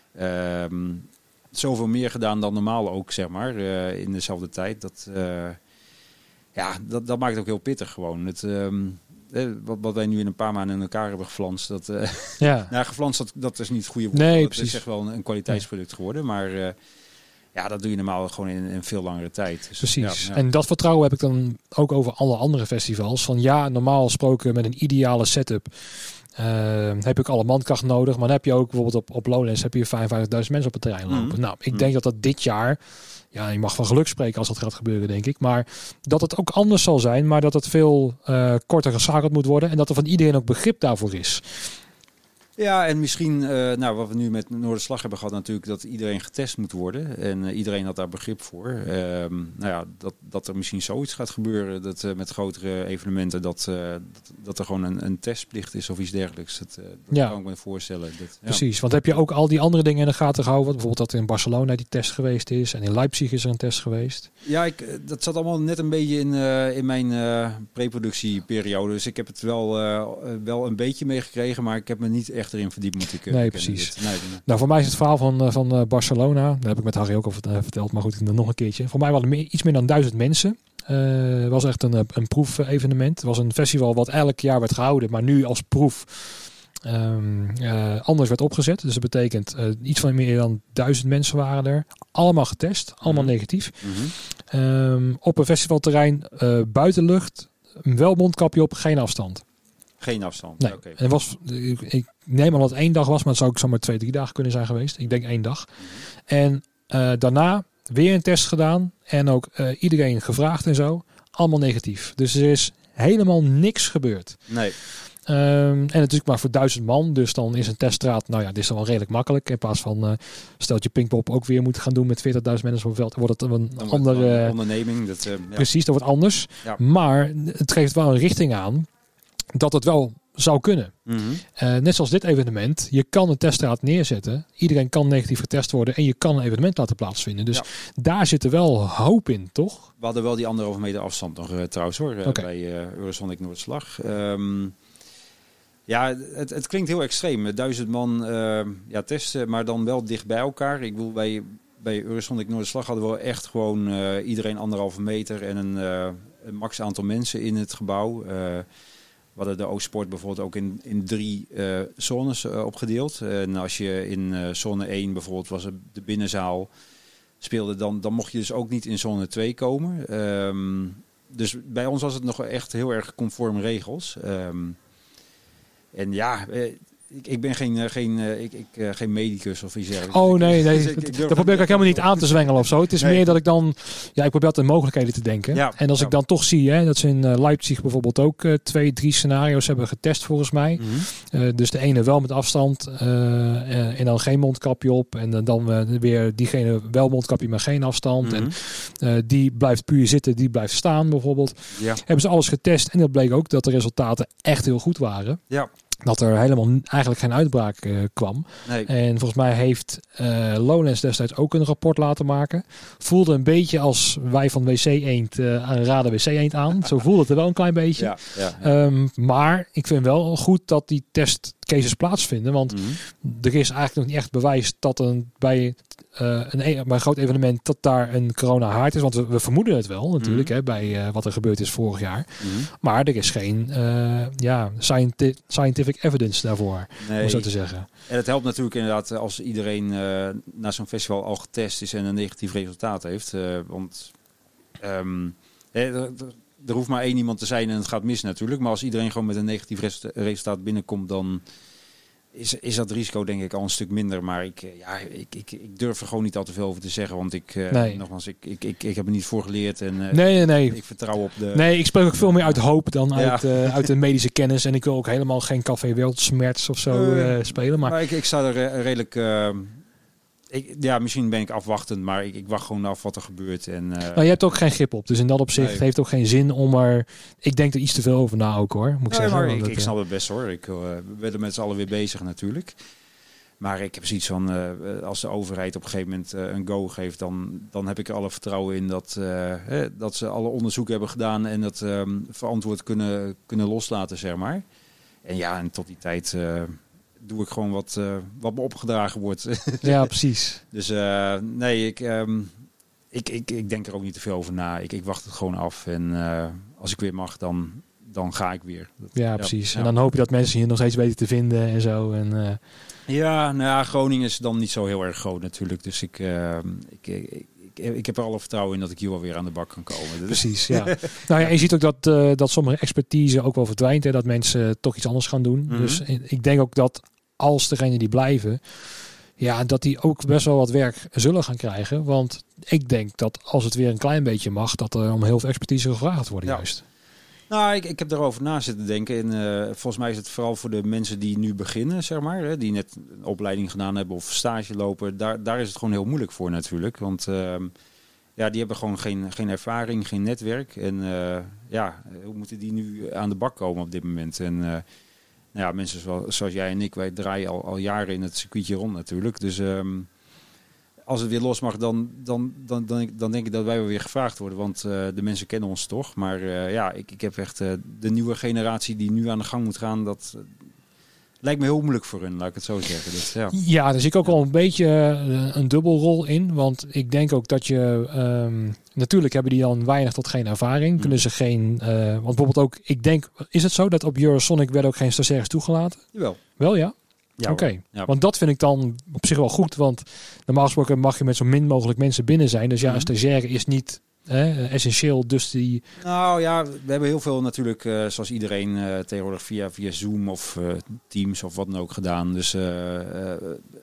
Um, zoveel meer gedaan dan normaal ook, zeg maar, uh, in dezelfde tijd. Dat, uh, ja, dat, dat maakt het ook heel pittig gewoon. Het, um, wat, wat wij nu in een paar maanden in elkaar hebben geflanst. Dat, uh, ja. nou, geflanst, dat, dat is niet het goede woord. Nee, het is echt wel een, een kwaliteitsproduct geworden, maar... Uh, Ja, dat doe je normaal gewoon in een veel langere tijd. Dus, Precies. Ja, ja. En dat vertrouwen heb ik dan ook over alle andere festivals. Van ja, normaal gesproken met een ideale setup uh, heb ik alle mankracht nodig. Maar dan heb je ook bijvoorbeeld op, op Lowlands heb je vijfenvijftigduizend mensen op het terrein lopen. Mm. Nou, ik mm. denk dat dat dit jaar... Ja, je mag van geluk spreken als dat gaat gebeuren, denk ik. Maar dat het ook anders zal zijn. Maar dat het veel uh, korter geschakeld moet worden. En dat er van iedereen ook begrip daarvoor is. Ja, en misschien, uh, nou, wat we nu met Noorderslag hebben gehad natuurlijk, dat iedereen getest moet worden. En uh, iedereen had daar begrip voor. Um, nou ja, dat, dat er misschien zoiets gaat gebeuren, dat uh, met grotere evenementen, dat, uh, dat, dat er gewoon een, een testplicht is of iets dergelijks. Dat, uh, dat ja. kan ik me voorstellen. Dat, ja. Precies, want heb je ook al die andere dingen in de gaten gehouden? Bijvoorbeeld dat in Barcelona die test geweest is en in Leipzig is er een test geweest. Ja, ik, dat zat allemaal net een beetje in, uh, in mijn uh, preproductieperiode. Dus ik heb het wel, uh, wel een beetje meegekregen, maar ik heb me niet echt erin verdiept, moet ik uh, Nee, precies. Nee, nee. Nou, voor mij is het verhaal van, van uh, Barcelona, dat heb ik met Harry ook al verteld, maar goed, dan nog een keertje. Voor mij waren er meer, iets meer dan duizend mensen. Het uh, was echt een, een proefevenement. Het was een festival wat elk jaar werd gehouden, maar nu als proef um, uh, anders werd opgezet. Dus dat betekent uh, iets van meer dan duizend mensen waren er. Allemaal getest, allemaal mm-hmm. negatief. Mm-hmm. Um, op een festivalterrein, uh, buitenlucht, wel mondkapje op, geen afstand. Geen afstand. Nee. Okay. En was, ik, ik neem aan dat het één dag was, maar het zou ook zomaar twee, drie dagen kunnen zijn geweest. Ik denk één dag. Mm-hmm. En uh, daarna weer een test gedaan en ook uh, iedereen gevraagd en zo. Allemaal negatief. Dus er is helemaal niks gebeurd. Nee. Um, en natuurlijk maar voor duizend man. Dus dan is een teststraat, nou ja, dit is dan wel redelijk makkelijk. In plaats van, uh, steltje Pinkpop ook weer moet gaan doen met veertigduizend mensen op het veld. Wordt het een dan andere een onderneming. Dat, uh, ja. Precies, dat wordt anders. Ja. Maar het geeft wel een richting aan dat het wel zou kunnen. Mm-hmm. Uh, net zoals dit evenement. Je kan een teststraat neerzetten. Iedereen kan negatief getest worden. En je kan een evenement laten plaatsvinden. Dus ja. daar zit er wel hoop in, toch? We hadden wel die anderhalve meter afstand nog uh, trouwens hoor. Uh, okay. Bij uh, Eurosonic Noordslag. Um, ja, het, het klinkt heel extreem. Duizend man uh, ja, testen. Maar dan wel dicht bij elkaar. Ik bedoel, bij, bij Eurosonic Noordslag hadden we echt gewoon uh, iedereen anderhalve meter. En een, uh, een max aantal mensen in het gebouw. Uh, We hadden de Oostsport bijvoorbeeld ook in, in drie uh, zones uh, opgedeeld. En als je in uh, zone één bijvoorbeeld was de binnenzaal speelde, dan, dan mocht je dus ook niet in zone twee komen. Um, dus bij ons was het nog echt heel erg conform regels. Um, en ja, uh, ik, ik ben geen, uh, geen, uh, ik, ik, uh, geen medicus of iets dergelijks. Oh nee, nee. Dus ik, ik dat probeer ik ook helemaal niet aan te zwengelen of zo. Het is nee. meer dat ik dan, ja, ik probeer altijd de mogelijkheden te denken. Ja, en als ja. ik dan toch zie, hè, dat ze in uh, Leipzig bijvoorbeeld ook uh, twee, drie scenario's hebben getest volgens mij. Mm-hmm. Uh, dus de ene wel met afstand uh, uh, en dan geen mondkapje op. En uh, dan uh, weer diegene wel mondkapje, maar geen afstand. Mm-hmm. En uh, die blijft puur zitten, die blijft staan bijvoorbeeld. Ja. Hebben ze alles getest en dat bleek ook dat de resultaten echt heel goed waren. Ja. Dat er helemaal eigenlijk geen uitbraak uh, kwam. Nee. En volgens mij heeft uh, Lowlands destijds ook een rapport laten maken. Voelde een beetje als wij van W C Eend uh, aan raden W C Eend aan. Zo voelde het er wel een klein beetje. Ja, ja, ja. Um, maar ik vind wel goed dat die testcases plaatsvinden. Want mm-hmm. er is eigenlijk nog niet echt bewijs dat een, bij, uh, een, bij een groot evenement dat daar een corona-haard is. Want we, we vermoeden het wel natuurlijk mm-hmm. hè, bij uh, wat er gebeurd is vorig jaar. Mm-hmm. Maar er is geen uh, ja, scienti- scientific evidence daarvoor, nee. om zo te zeggen. En het helpt natuurlijk inderdaad als iedereen uh, na zo'n festival al getest is en een negatief resultaat heeft. Uh, want um, hè, er, er hoeft maar één iemand te zijn en het gaat mis natuurlijk. Maar als iedereen gewoon met een negatief res- resultaat binnenkomt, dan is, is dat risico denk ik al een stuk minder. Maar ik, ja, ik, ik, ik durf er gewoon niet al te veel over te zeggen. Want ik, uh, nee. nogmaals, ik, ik, ik, ik heb er niet voor geleerd. En, uh, nee, nee, nee. Ik vertrouw op de... Nee, ik spreek ook veel meer uit hoop dan ja. uit, uh, uit de medische kennis. En ik wil ook helemaal geen Café Weltsmerts of zo uh, uh, spelen. Maar, maar ik, ik sta er uh, redelijk... Uh, ik, ja, misschien ben ik afwachtend, maar ik, ik wacht gewoon af wat er gebeurt. En, uh, nou, je hebt ook geen grip op, dus in dat opzicht nee. heeft ook geen zin om er... Ik denk er iets te veel over na ook hoor, moet ik nee, zeggen. Maar ik, dat, ik snap het best hoor. Ik, uh, we werden met z'n allen weer bezig natuurlijk. Maar ik heb zoiets van, uh, als de overheid op een gegeven moment uh, een go geeft, dan, dan heb ik er alle vertrouwen in dat, uh, hè, dat ze alle onderzoeken hebben gedaan en dat um, verantwoord kunnen, kunnen loslaten, zeg maar. En ja, en tot die tijd uh, doe ik gewoon wat, uh, wat me opgedragen wordt. Ja, precies. Dus uh, nee, ik, um, ik, ik, ik denk er ook niet te veel over na. Ik, ik wacht het gewoon af en uh, als ik weer mag, dan, dan ga ik weer. Dat, ja, precies. Ja. En dan hoop je dat mensen hier nog steeds weten te vinden en zo. En, uh, Ja, nou ja, Groningen is dan niet zo heel erg groot natuurlijk. Dus ik, uh, ik, ik, ik, ik heb er alle vertrouwen in dat ik hier wel weer aan de bak kan komen. Dus. Precies, ja. Nou ja, je ziet ook dat, uh, dat sommige expertise ook wel verdwijnt. Hè, dat mensen uh, toch iets anders gaan doen. Mm-hmm. Dus ik denk ook dat als degenen die blijven, ja, dat die ook best wel wat werk zullen gaan krijgen. Want ik denk dat als het weer een klein beetje mag, dat er om heel veel expertise gevraagd wordt ja. juist. Nou, ik, ik heb daarover na zitten denken. En uh, volgens mij is het vooral voor de mensen die nu beginnen, zeg maar. Hè, die net een opleiding gedaan hebben of stage lopen. Daar, daar is het gewoon heel moeilijk voor natuurlijk. Want uh, ja, die hebben gewoon geen, geen ervaring, geen netwerk. En uh, ja, hoe moeten die nu aan de bak komen op dit moment? En uh, nou ja, mensen zoals, zoals jij en ik, wij draaien al, al jaren in het circuitje rond natuurlijk. Dus um, als het weer los mag, dan, dan, dan, dan, dan denk ik dat wij wel weer gevraagd worden. Want uh, de mensen kennen ons toch. Maar uh, ja, ik, ik heb echt uh, de nieuwe generatie die nu aan de gang moet gaan. Dat, lijkt me heel moeilijk voor hun, laat ik het zo zeggen. Dus, ja. ja, daar zie ik ook wel een beetje uh, een dubbelrol in. Want ik denk ook dat je... Um, natuurlijk hebben die dan weinig tot geen ervaring. Mm. Kunnen ze geen... Uh, want bijvoorbeeld ook... Ik denk... Is het zo dat op Eurosonic werden ook geen stagiaires toegelaten? Jawel. Wel, ja? Ja, Oké. Okay. Ja. Want dat vind ik dan op zich wel goed. Want normaal gesproken mag je met zo min mogelijk mensen binnen zijn. Dus ja, mm. een stagiaire is niet... Eh, essentieel, dus die... Nou ja, we hebben heel veel natuurlijk, uh, zoals iedereen uh, tegenwoordig via, via Zoom of uh, Teams of wat dan ook gedaan. Dus, uh, uh,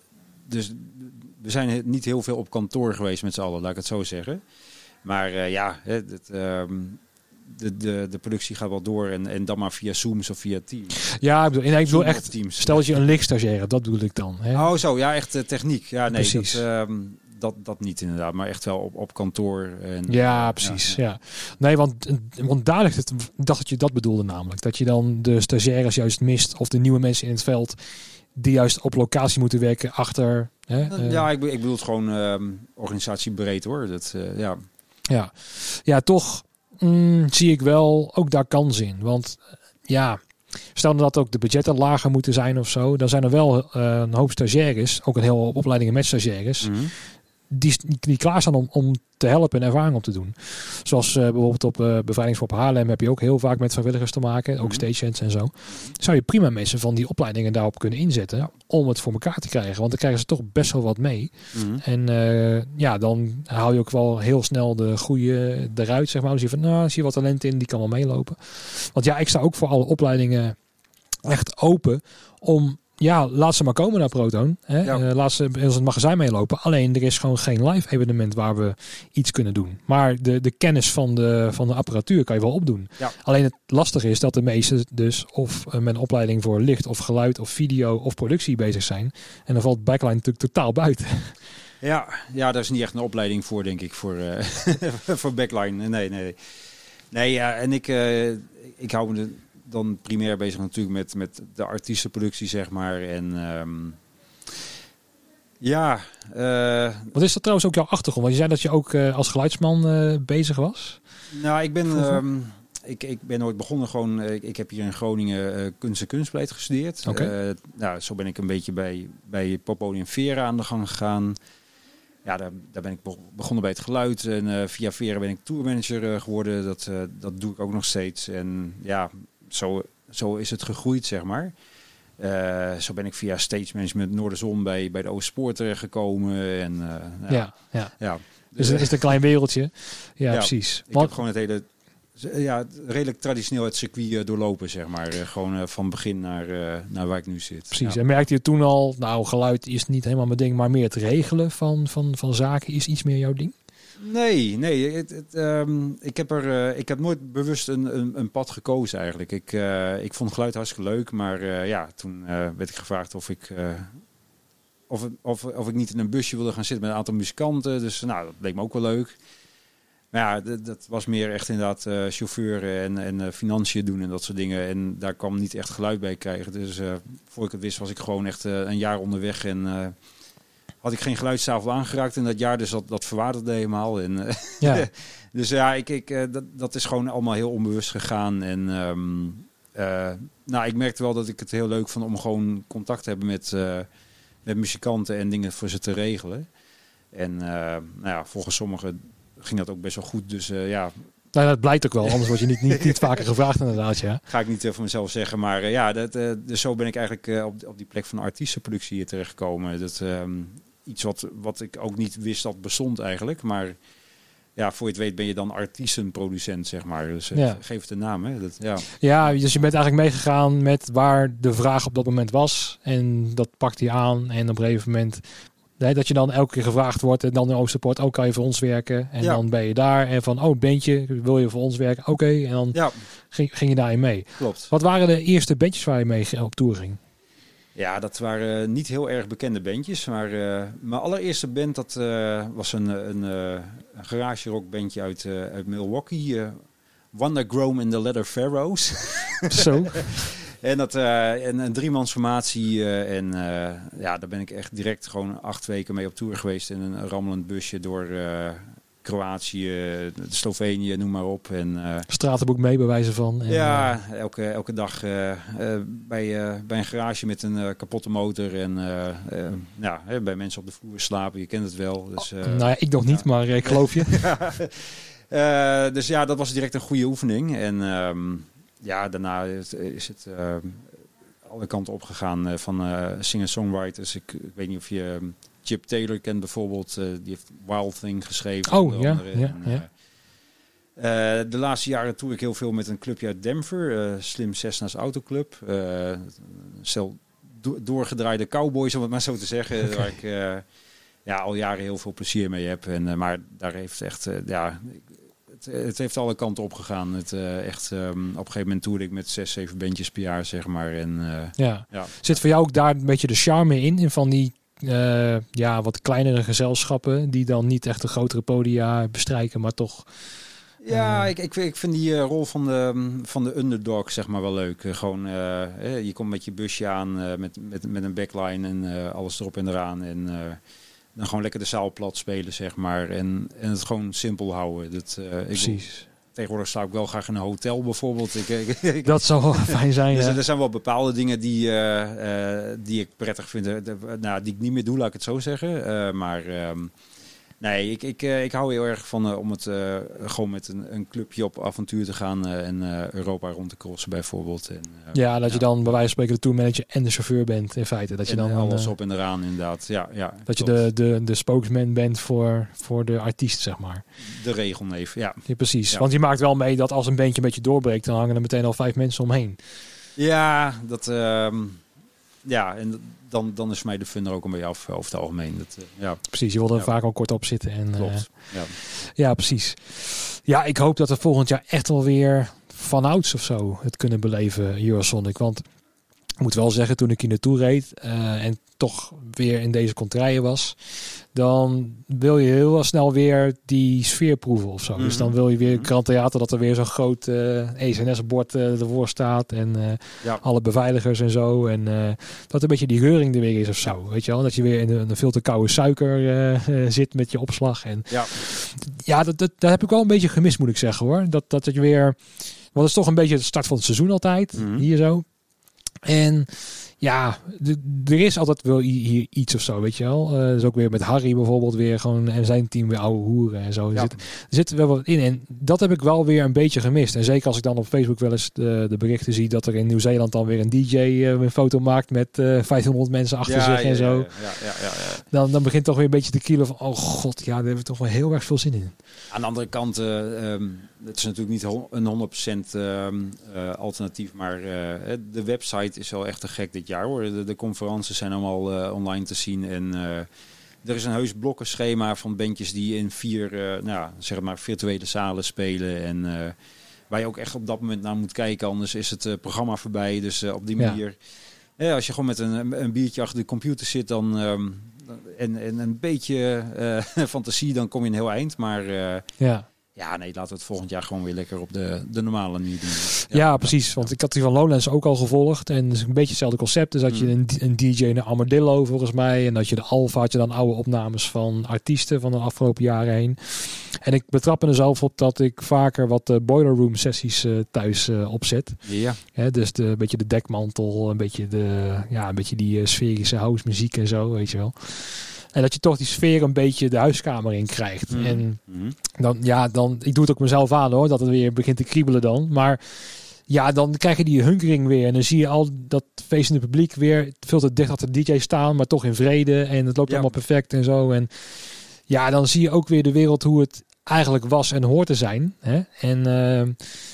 dus we zijn niet heel veel op kantoor geweest met z'n allen, laat ik het zo zeggen. Maar uh, ja, het, um, de, de, de productie gaat wel door en, en dan maar via Zooms of via Teams. Ja, ik bedoel, en ik bedoel echt, Teams. Stel dat je een lichtstagiaire, dat bedoel ik dan. Hè? Oh zo, ja, echt uh, techniek. Ja, nee, precies. Dat, um, Dat, dat niet inderdaad, maar echt wel op, op kantoor. En, ja, precies. Ja, ja. Nee, want, want daar ligt het. Ik dacht dat je dat bedoelde namelijk. Dat je dan de stagiaires juist mist of de nieuwe mensen in het veld die juist op locatie moeten werken achter. Hè, ja, uh, ik, ik bedoel het gewoon um, organisatiebreed hoor. Dat, uh, ja. Ja. ja, toch mm, zie ik wel ook daar kans in. Want uh, ja... Stel dat ook de budgetten lager moeten zijn of zo. Dan zijn er wel uh, een hoop stagiaires, ook een hele hoop opleidingen met stagiaires, mm-hmm. die, die klaar staan om, om te helpen en ervaring op te doen. Zoals uh, bijvoorbeeld op uh, Bevrijdingscorps Haarlem heb je ook heel vaak met vrijwilligers te maken. Mm-hmm. Ook stagehands en zo. Zou je prima mensen van die opleidingen daarop kunnen inzetten ja. om het voor elkaar te krijgen. Want dan krijgen ze toch best wel wat mee. Mm-hmm. En uh, ja, dan haal je ook wel heel snel de goede eruit, zeg maar. Dus je van, nou, zie je wat talent in, die kan wel meelopen. Want ja, ik sta ook voor alle opleidingen echt open om... Ja, laat ze maar komen naar Proton. Hè? Ja. Uh, laat ze in het magazijn meelopen. Alleen er is gewoon geen live evenement waar we iets kunnen doen. Maar de, de kennis van de, van de apparatuur kan je wel opdoen. Ja. Alleen het lastige is dat de meesten dus of uh, met een opleiding voor licht of geluid of video of productie bezig zijn. En dan valt Backline natuurlijk totaal buiten. Ja, ja, daar is niet echt een opleiding voor, denk ik, voor, uh, voor Backline. Nee, nee. Nee, ja, en ik, uh, ik hou me de... dan primair bezig natuurlijk met, met de artiestenproductie, zeg maar. En um, ja... Uh, Wat is dat trouwens ook jouw achtergrond? Want je zei dat je ook uh, als geluidsman uh, bezig was. Nou, ik ben... Um, ik, ik ben ooit begonnen gewoon... Uh, ik, ik heb hier in Groningen uh, kunst en kunstbeleid gestudeerd. Okay. Uh, nou, zo ben ik een beetje bij, bij Poppodium Vera aan de gang gegaan. Ja, daar, daar ben ik begonnen bij het geluid. En uh, via Vera ben ik tourmanager uh, geworden. Dat, uh, dat doe ik ook nog steeds. En ja... Zo, zo is het gegroeid, zeg maar. Uh, zo ben ik via stage management Noorderzon bij, bij de Oostspoor terechtgekomen. En, uh, ja, ja. ja. Dus het is een klein wereldje. Ja, ja precies. Ik Wat? heb gewoon het hele... Ja, redelijk traditioneel het circuit uh, doorlopen, zeg maar. Uh, gewoon uh, van begin naar, uh, naar waar ik nu zit. Precies. Ja. En merkte je toen al... Nou, geluid is niet helemaal mijn ding, maar meer het regelen van, van, van zaken is iets meer jouw ding? Nee, nee. Het, het, um, ik, heb er, uh, ik heb nooit bewust een, een, een pad gekozen eigenlijk. Ik, uh, ik vond geluid hartstikke leuk, maar uh, ja, toen uh, werd ik gevraagd of ik, uh, of, of, of ik niet in een busje wilde gaan zitten met een aantal muzikanten. Dus nou, dat leek me ook wel leuk. Maar ja, d- dat was meer echt inderdaad uh, chauffeur en, en uh, financiën doen en dat soort dingen. En daar kwam niet echt geluid bij krijgen. Dus uh, voor ik het wist was ik gewoon echt uh, een jaar onderweg en... Uh, had ik geen geluidstafel aangeraakt in dat jaar, dus dat, dat verwaardigde helemaal. En, uh, ja. dus ja, ik, ik, uh, dat, dat is gewoon allemaal heel onbewust gegaan. En um, uh, nou, ik merkte wel dat ik het heel leuk vond om gewoon contact te hebben met, uh, met muzikanten en dingen voor ze te regelen. En uh, nou ja, volgens sommigen ging dat ook best wel goed. Dus uh, ja... Nou, dat blijkt ook wel, anders word je niet, niet, niet vaker gevraagd inderdaad, ja. Ga ik niet uh, voor mezelf zeggen, maar uh, ja, dat, uh, dus zo ben ik eigenlijk uh, op, op die plek van artiestenproductie hier terechtgekomen. Dat um, iets wat, wat ik ook niet wist dat bestond eigenlijk, maar ja, voor je het weet ben je dan artiestenproducent, zeg maar. Dus uh, ja. Geef het een naam, hè. Dat, ja. ja, dus je bent eigenlijk meegegaan met waar de vraag op dat moment was en dat pakt hij aan en op een gegeven moment... Nee, dat je dan elke keer gevraagd wordt en dan in Oostpoort, ook kan je voor ons werken. En ja. dan ben je daar en van, oh, bandje, wil je voor ons werken? Oké, okay. En dan ja. ging, ging je daarin mee. Klopt. Wat waren de eerste bandjes waar je mee op tour ging? Ja, dat waren niet heel erg bekende bandjes. Maar uh, mijn allereerste band, dat uh, was een, een, een garage rock bandje uit, uh, uit Milwaukee. Uh, Wonder Grome and the Leather Pharaohs. Zo. En dat uh, en een driemansformatie uh, en uh, ja, daar ben ik echt direct gewoon acht weken mee op tour geweest in een rammelend busje door, uh, Kroatië, Slovenië, noem maar op. En, uh, stratenboek mee bij wijze van. En, ja, uh, elke, elke dag uh, uh, bij, uh, bij een garage met een uh, kapotte motor. En uh, uh, ja, hè, bij mensen op de vloer slapen. Je kent het wel. Dus, uh, oh, nou ja, ik nog niet, ja. maar ik geloof je. uh, dus ja, dat was direct een goede oefening. En um, ja, daarna is, is het uh, alle kanten opgegaan uh, van uh, singer-songwriters. Ik, ik weet niet of je... Um, Chip Taylor kent bijvoorbeeld, uh, die heeft Wild Thing geschreven. Oh, ja, ja, en, uh, ja. Uh, de laatste jaren toer ik heel veel met een clubje uit Denver, uh, Slim Cessna's Autoclub. Uh, stel do- doorgedraaide cowboys, om het maar zo te zeggen. Okay. Waar ik uh, ja, al jaren heel veel plezier mee heb. En, uh, maar daar heeft echt, uh, ja, het, het heeft alle kanten op gegaan. Het, uh, echt, um, op een gegeven moment toerde ik met zes, zeven bandjes per jaar, zeg maar. En, uh, ja. Ja. Zit voor jou ook daar een beetje de charme in, in van die Uh, ja, wat kleinere gezelschappen die dan niet echt de grotere podia bestrijken, maar toch... Uh... Ja, ik, ik, ik vind die uh, rol van de, van de underdog zeg maar wel leuk. Uh, gewoon, uh, eh, je komt met je busje aan uh, met, met, met een backline en uh, alles erop en eraan. En uh, dan gewoon lekker de zaal plat spelen, zeg maar. En, en het gewoon simpel houden. Dat, uh, Precies. Ik, tegenwoordig sta ik wel graag in een hotel bijvoorbeeld. Ik, ik, ik, dat zou wel fijn zijn, dus ja. Er zijn wel bepaalde dingen die, uh, uh, die ik prettig vind. De, de, nou, die ik niet meer doe, laat ik het zo zeggen. Uh, maar um, nee, ik, ik, uh, ik hou heel erg van uh, om het uh, gewoon met een, een clubje op avontuur te gaan. Uh, en uh, Europa rond te crossen bijvoorbeeld. En, uh, ja, dat ja. je dan bij wijze van spreken de tourmanager en de chauffeur bent in feite. Dat je en dan alles uh, op en eraan inderdaad. Ja, ja, dat klopt. je de, de, de spokesman bent voor, voor de artiest, zeg maar. De regelneef, ja. Ja, precies. Ja. Want je maakt wel mee dat als een bandje een beetje doorbreekt, dan hangen er meteen al vijf mensen omheen. Ja, dat... Uh, ja, en dan, dan is voor mij de fun er ook een beetje af over het algemeen. Dat, uh, ja. Precies, je wil er ja. vaak al kort op zitten. En, Klopt, uh, ja. Ja, precies. Ja, ik hoop dat we volgend jaar echt wel weer vanouds of zo het kunnen beleven, Eurosonic. Want ik moet wel zeggen, toen ik hier naartoe reed uh, en toch weer in deze contraien was, dan wil je heel snel weer die sfeer proeven of zo. Mm-hmm. Dus dan wil je weer kranttheater, dat er weer zo'n groot uh, E S N S-bord uh, ervoor staat en uh, ja. alle beveiligers en zo. En uh, dat een beetje die reuring er weer is of zo. Ja. Weet je wel? Dat je weer in een, een veel te koude suiker uh, uh, zit met je opslag. En ja, ja dat, dat, dat heb ik wel een beetje gemist, moet ik zeggen hoor. Dat, dat je weer... Want het is toch een beetje de start van het seizoen altijd, mm-hmm. hier zo. En ja, d- er is altijd wel hier iets of zo, weet je wel. Uh, dus ook weer met Harry bijvoorbeeld weer gewoon en zijn team weer oude hoeren en zo. Er, ja. zit, er zit wel wat in en dat heb ik wel weer een beetje gemist. En zeker als ik dan op Facebook wel eens de, de berichten zie dat er in Nieuw-Zeeland dan weer een D J uh, een foto maakt met uh, vijfhonderd mensen achter ja, zich ja, en zo. Ja, ja, ja, ja, ja. Dan, dan begint toch weer een beetje te kielen van, oh god, ja, daar hebben we toch wel heel erg veel zin in. Aan de andere kant, uh, um, het is natuurlijk niet een honderd procent uh, uh, alternatief, maar uh, de website is wel echt te gek dit jaar hoor. De, de conferences zijn allemaal uh, online te zien en uh, er is een heus blokkenschema van bandjes die in vier, uh, nou, zeg maar virtuele zalen spelen en uh, waar je ook echt op dat moment naar moet kijken, anders is het uh, programma voorbij. Dus uh, op die manier, ja. Ja, als je gewoon met een, een biertje achter de computer zit dan um, en, en een beetje uh, fantasie, dan kom je een heel eind, maar uh, ja. Ja, nee, laten we het volgend jaar gewoon weer lekker op de, de normale manier doen. Ja, ja, precies. Want ik had die van Lowlands ook al gevolgd. En het is een beetje hetzelfde concept. Dus dat je een, een D J naar Armadillo volgens mij. En dat je de Alpha had je dan oude opnames van artiesten van de afgelopen jaren heen. En ik betrap er zelf op dat ik vaker wat uh, boiler room sessies uh, thuis uh, opzet. Ja. Ja, dus de, een beetje de dekmantel, een beetje, de, ja, een beetje die uh, sferische house muziek en zo, weet je wel. En dat je toch die sfeer een beetje de huiskamer in krijgt. Mm. En dan, ja, dan, ik doe het ook mezelf aan hoor, dat het weer begint te kriebelen dan. Maar ja, dan krijg je die hunkering weer. En dan zie je al dat feestende publiek weer veel te dicht achter de D J staan, maar toch in vrede. En het loopt ja. allemaal perfect en zo. En ja, dan zie je ook weer de wereld hoe het eigenlijk was en hoort te zijn. Hè? En uh,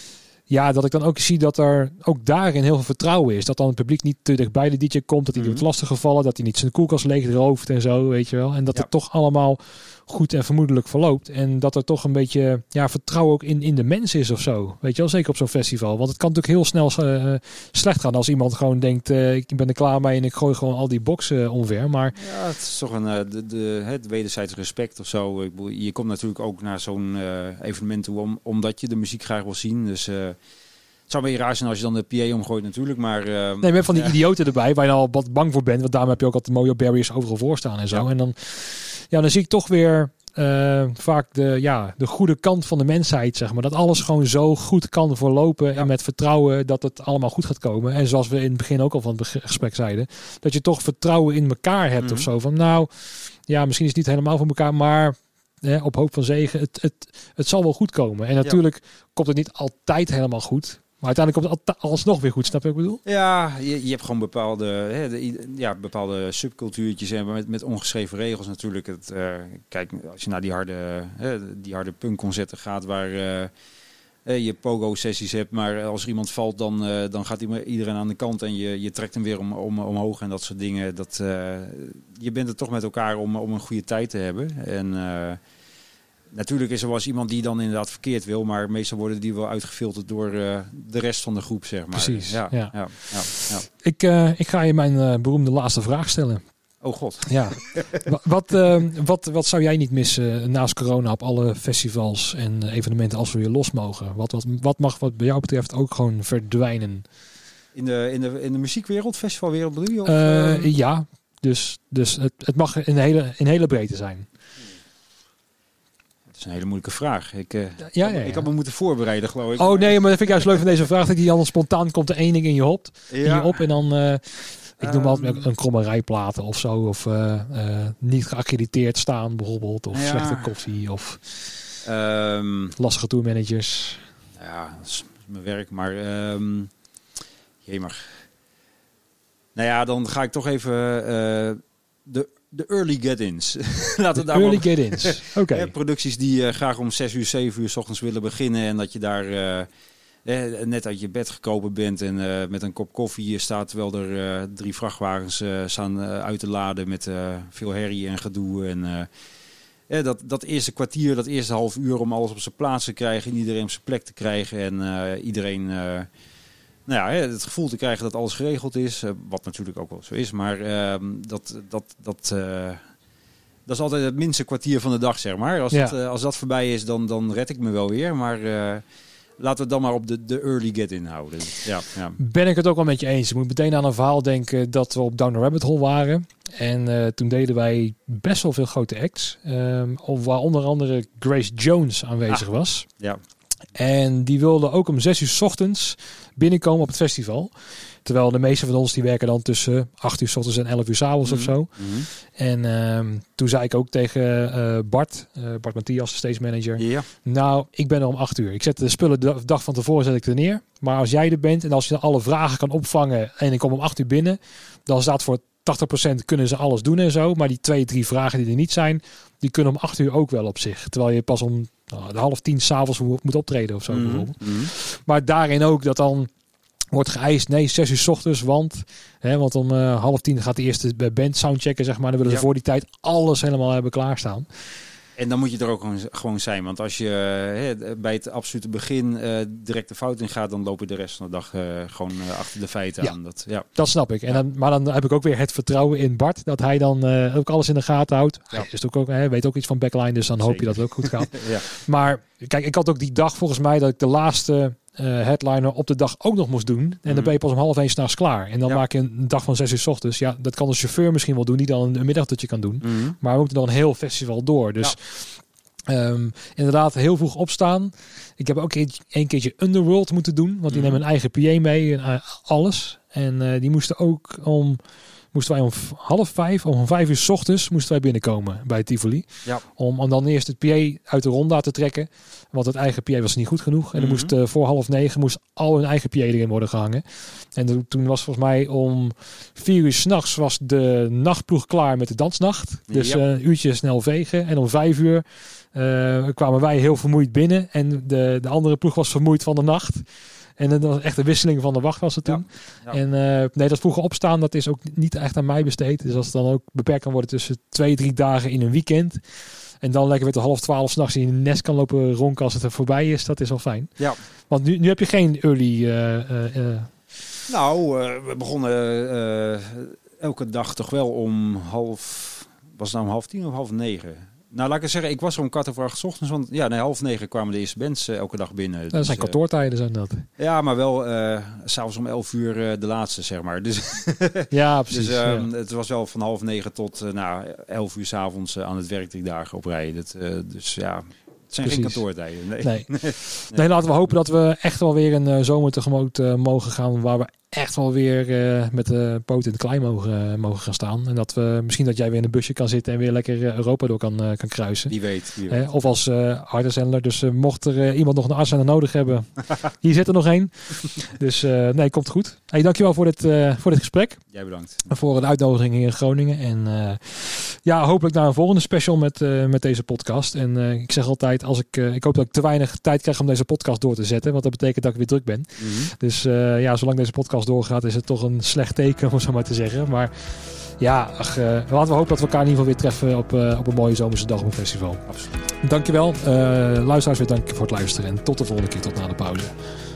ja, dat ik dan ook zie dat er ook daarin heel veel vertrouwen is. Dat dan het publiek niet te dicht bij de D J komt. Dat hij mm-hmm. wordt lastiggevallen. Dat hij niet zijn koelkast leeg rooft en zo, weet je wel. En dat ja. het toch allemaal goed en vermoedelijk verloopt. En dat er toch een beetje ja, vertrouwen ook in, in de mens is of zo. Weet je wel, zeker op zo'n festival. Want het kan natuurlijk heel snel uh, slecht gaan als iemand gewoon denkt, uh, ik ben er klaar mee en ik gooi gewoon al die boxen omver. Maar ja, het is toch een uh, de, de, het wederzijds respect of zo. Ik bedoel, je komt natuurlijk ook naar zo'n uh, evenement toe om, omdat je de muziek graag wil zien. Dus uh, het zou een beetje raar zijn als je dan de P A omgooit natuurlijk, maar... Uh, nee, met van die ja. idioten erbij, waar je al wat bang voor bent. Want daarom heb je ook altijd mooie barriers overal voor staan en zo. Ja. En dan, ja, dan zie ik toch weer uh, vaak de, ja, de goede kant van de mensheid, zeg maar. Dat alles gewoon zo goed kan verlopen. Ja. En met vertrouwen dat het allemaal goed gaat komen. En zoals we in het begin ook al van het gesprek zeiden. Dat je toch vertrouwen in elkaar hebt mm-hmm. of zo. Van nou, ja, misschien is het niet helemaal voor elkaar, maar hè, op hoop van zegen. Het, het, het zal wel goed komen. En natuurlijk ja. komt het niet altijd helemaal goed. Maar uiteindelijk komt het alsnog weer goed, snap je wat ik bedoel? Ja, je, je hebt gewoon bepaalde, hè, de, ja, bepaalde subcultuurtjes en met, met ongeschreven regels natuurlijk. Het, uh, kijk, als je naar die harde, uh, die harde punkconcerten gaat waar uh, uh, je pogo-sessies hebt, maar als er iemand valt, dan, uh, dan gaat iedereen aan de kant en je, je trekt hem weer om, om, omhoog en dat soort dingen. Dat, uh, je bent er toch met elkaar om, om een goede tijd te hebben. En uh, natuurlijk is er wel eens iemand die dan inderdaad verkeerd wil, maar meestal worden die wel uitgefilterd door uh, de rest van de groep, zeg maar. Precies, ja. ja. ja, ja, ja. Ik, uh, ik ga je mijn uh, beroemde laatste vraag stellen. Oh god. Ja. wat, uh, wat, wat zou jij niet missen naast corona op alle festivals en evenementen als we weer los mogen? Wat, wat, wat mag wat bij jou betreft ook gewoon verdwijnen? In de, in de, in de muziekwereld, festivalwereld bedoel je? Of, uh, uh... Ja, dus, dus het, het mag in hele, in hele breedte zijn. Dat is een hele moeilijke vraag. Ik, uh, ja, ja, ja. ik had me moeten voorbereiden, geloof ik. Oh nee, maar dat vind ik juist leuk van deze vraag. Dat die dan spontaan komt er één ding in je, hopt, ja. in je op. En dan, uh, ik noem um, altijd een kromme rijplaten of zo. Of uh, uh, niet geaccrediteerd staan bijvoorbeeld. Of ja. slechte koffie. Of um, lastige tourmanagers. Ja, dat is mijn werk. Maar um, jemig. Nou ja, dan ga ik toch even uh, de... De early get-ins. Laten we daar early get-ins. Oké. Okay. Producties die uh, graag om zes uur, zeven uur 's ochtends willen beginnen. En dat je daar uh, eh, net uit je bed gekropen bent. En uh, met een kop koffie staat terwijl er uh, drie vrachtwagens uh, staan uh, uit te laden. Met uh, veel herrie en gedoe. En uh, eh, dat, dat eerste kwartier, dat eerste half uur om alles op zijn plaats te krijgen. En iedereen op zijn plek te krijgen. En uh, iedereen... Uh, Nou ja, het gevoel te krijgen dat alles geregeld is, wat natuurlijk ook wel zo is, maar uh, dat, dat, dat, uh, dat is altijd het minste kwartier van de dag, zeg maar. Als, ja. dat, uh, als dat voorbij is, dan, dan red ik me wel weer, maar uh, laten we het dan maar op de, de early get-in houden. Ja, ja. Ben ik het ook wel met je eens. Je moet meteen aan een verhaal denken dat we op Down the Rabbit Hole waren. En uh, toen deden wij best wel veel grote acts, um, waar onder andere Grace Jones aanwezig ah, was. Ja. En die wilde ook om zes uur 's ochtends binnenkomen op het festival. Terwijl de meeste van ons die werken dan tussen acht uur 's ochtends en elf uur 's avonds mm-hmm. of zo. Mm-hmm. En uh, toen zei ik ook tegen uh, Bart, uh, Bart Matthias, de stage manager. Ja. Nou, ik ben er om acht uur. Ik zet de spullen de dag van tevoren zet ik er neer. Maar als jij er bent en als je alle vragen kan opvangen en ik kom om acht uur binnen, dan staat voor tachtig procent kunnen ze alles doen en zo. Maar die twee, drie vragen die er niet zijn, die kunnen om acht uur ook wel op zich. Terwijl je pas om nou, de half tien 's avonds moet optreden of zo mm-hmm. bijvoorbeeld. Mm-hmm. Maar daarin ook dat dan wordt geëist, nee, zes uur 's ochtends, want, hè, want om uh, half tien gaat de eerste band soundchecken, zeg maar. Dan willen ze ja. voor die tijd alles helemaal hebben klaarstaan. En dan moet je er ook gewoon zijn. Want als je hè, bij het absolute begin uh, direct de fout in gaat, dan loop je de rest van de dag uh, gewoon uh, achter de feiten ja, aan. Dat, ja. dat snap ik. En dan, maar dan heb ik ook weer het vertrouwen in Bart, dat hij dan uh, ook alles in de gaten houdt. Ja. Hij is ook, ook, hij weet ook iets van backline, dus dan Zeker. hoop je dat het ook goed gaat. ja. Maar kijk, ik had ook die dag volgens mij dat ik de laatste uh, headliner op de dag ook nog moest doen. En mm-hmm. dan ben je pas om half één 's nachts klaar. En dan ja. maak je een dag van zes uur 's ochtends. Ja, dat kan de chauffeur misschien wel doen, die dan een middagdutje kan doen. Mm-hmm. Maar we moeten dan een heel festival door. Dus ja. um, inderdaad heel vroeg opstaan. Ik heb ook een keertje Underworld moeten doen. Want die mm-hmm. nemen een eigen P A mee en uh, alles. En uh, die moesten ook om... moesten wij om half vijf, om vijf uur 's ochtends moesten wij binnenkomen bij Tivoli. Ja. Om, om dan eerst het P A uit de ronda te trekken. Want het eigen P A was niet goed genoeg. En mm-hmm. dan moest uh, voor half negen moest al hun eigen P A erin worden gehangen. En de, toen was volgens mij om vier uur 's nachts was de nachtploeg klaar met de dansnacht. Dus ja. uh, een uurtje snel vegen. En om vijf uur uh, kwamen wij heel vermoeid binnen. En de, de andere ploeg was vermoeid van de nacht. En dat was echt een wisseling van de wacht was het toen. Ja, ja. En uh, nee, dat vroege opstaan, dat is ook niet echt aan mij besteed. Dus als het dan ook beperkt kan worden tussen twee, drie dagen in een weekend. En dan lekker weer tot half twaalf 's nachts in een nest kan lopen ronken als het er voorbij is. Dat is al fijn. Ja. Want nu, nu heb je geen early... Uh, uh, uh... Nou, uh, we begonnen uh, elke dag toch wel om half... Was het nou om half tien of half negen? Nou, laat ik eens zeggen, ik was er om kwart over acht 's ochtends. Want ja, na half negen kwamen de eerste bands uh, elke dag binnen. Dat dus, zijn kantoortijden, zijn dat. Ja, maar wel uh, s'avonds om elf uur uh, de laatste, zeg maar. Dus, ja, precies. Dus um, ja. het was wel van half negen tot uh, nou, elf uur 's avonds uh, aan het werk die dagen op rij. Dat, uh, dus ja... Het zijn Precies. geen kantoortijden. Nee. Nee. nee. nee, laten we hopen dat we echt wel weer een uh, zomer tegemoet uh, mogen gaan. Waar we echt wel weer uh, met de poot in het klei mogen, uh, mogen gaan staan. En dat we misschien dat jij weer in een busje kan zitten en weer lekker uh, Europa door kan, uh, kan kruisen. Wie weet. Wie weet. Eh, of als uh, hartenzender. Dus uh, mocht er uh, iemand nog een artszender nodig hebben. Hier zit er nog één. Dus uh, nee, komt goed. Hey, dankjewel voor dit, uh, voor dit gesprek. Jij bedankt. En voor een uitnodiging in Groningen. En uh, ja, hopelijk naar een volgende special met, uh, met deze podcast. En uh, ik zeg altijd, als ik, uh, ik hoop dat ik te weinig tijd krijg om deze podcast door te zetten. Want dat betekent dat ik weer druk ben. Mm-hmm. Dus uh, ja, zolang deze podcast doorgaat is het toch een slecht teken, om zo maar te zeggen. Maar ja, ach, uh, laten we hopen dat we elkaar in ieder geval weer treffen op, uh, op een mooie zomerse dag op een festival. Absoluut. Dankjewel. Uh, luisteraars weer dank voor het luisteren. En tot de volgende keer, tot na de pauze.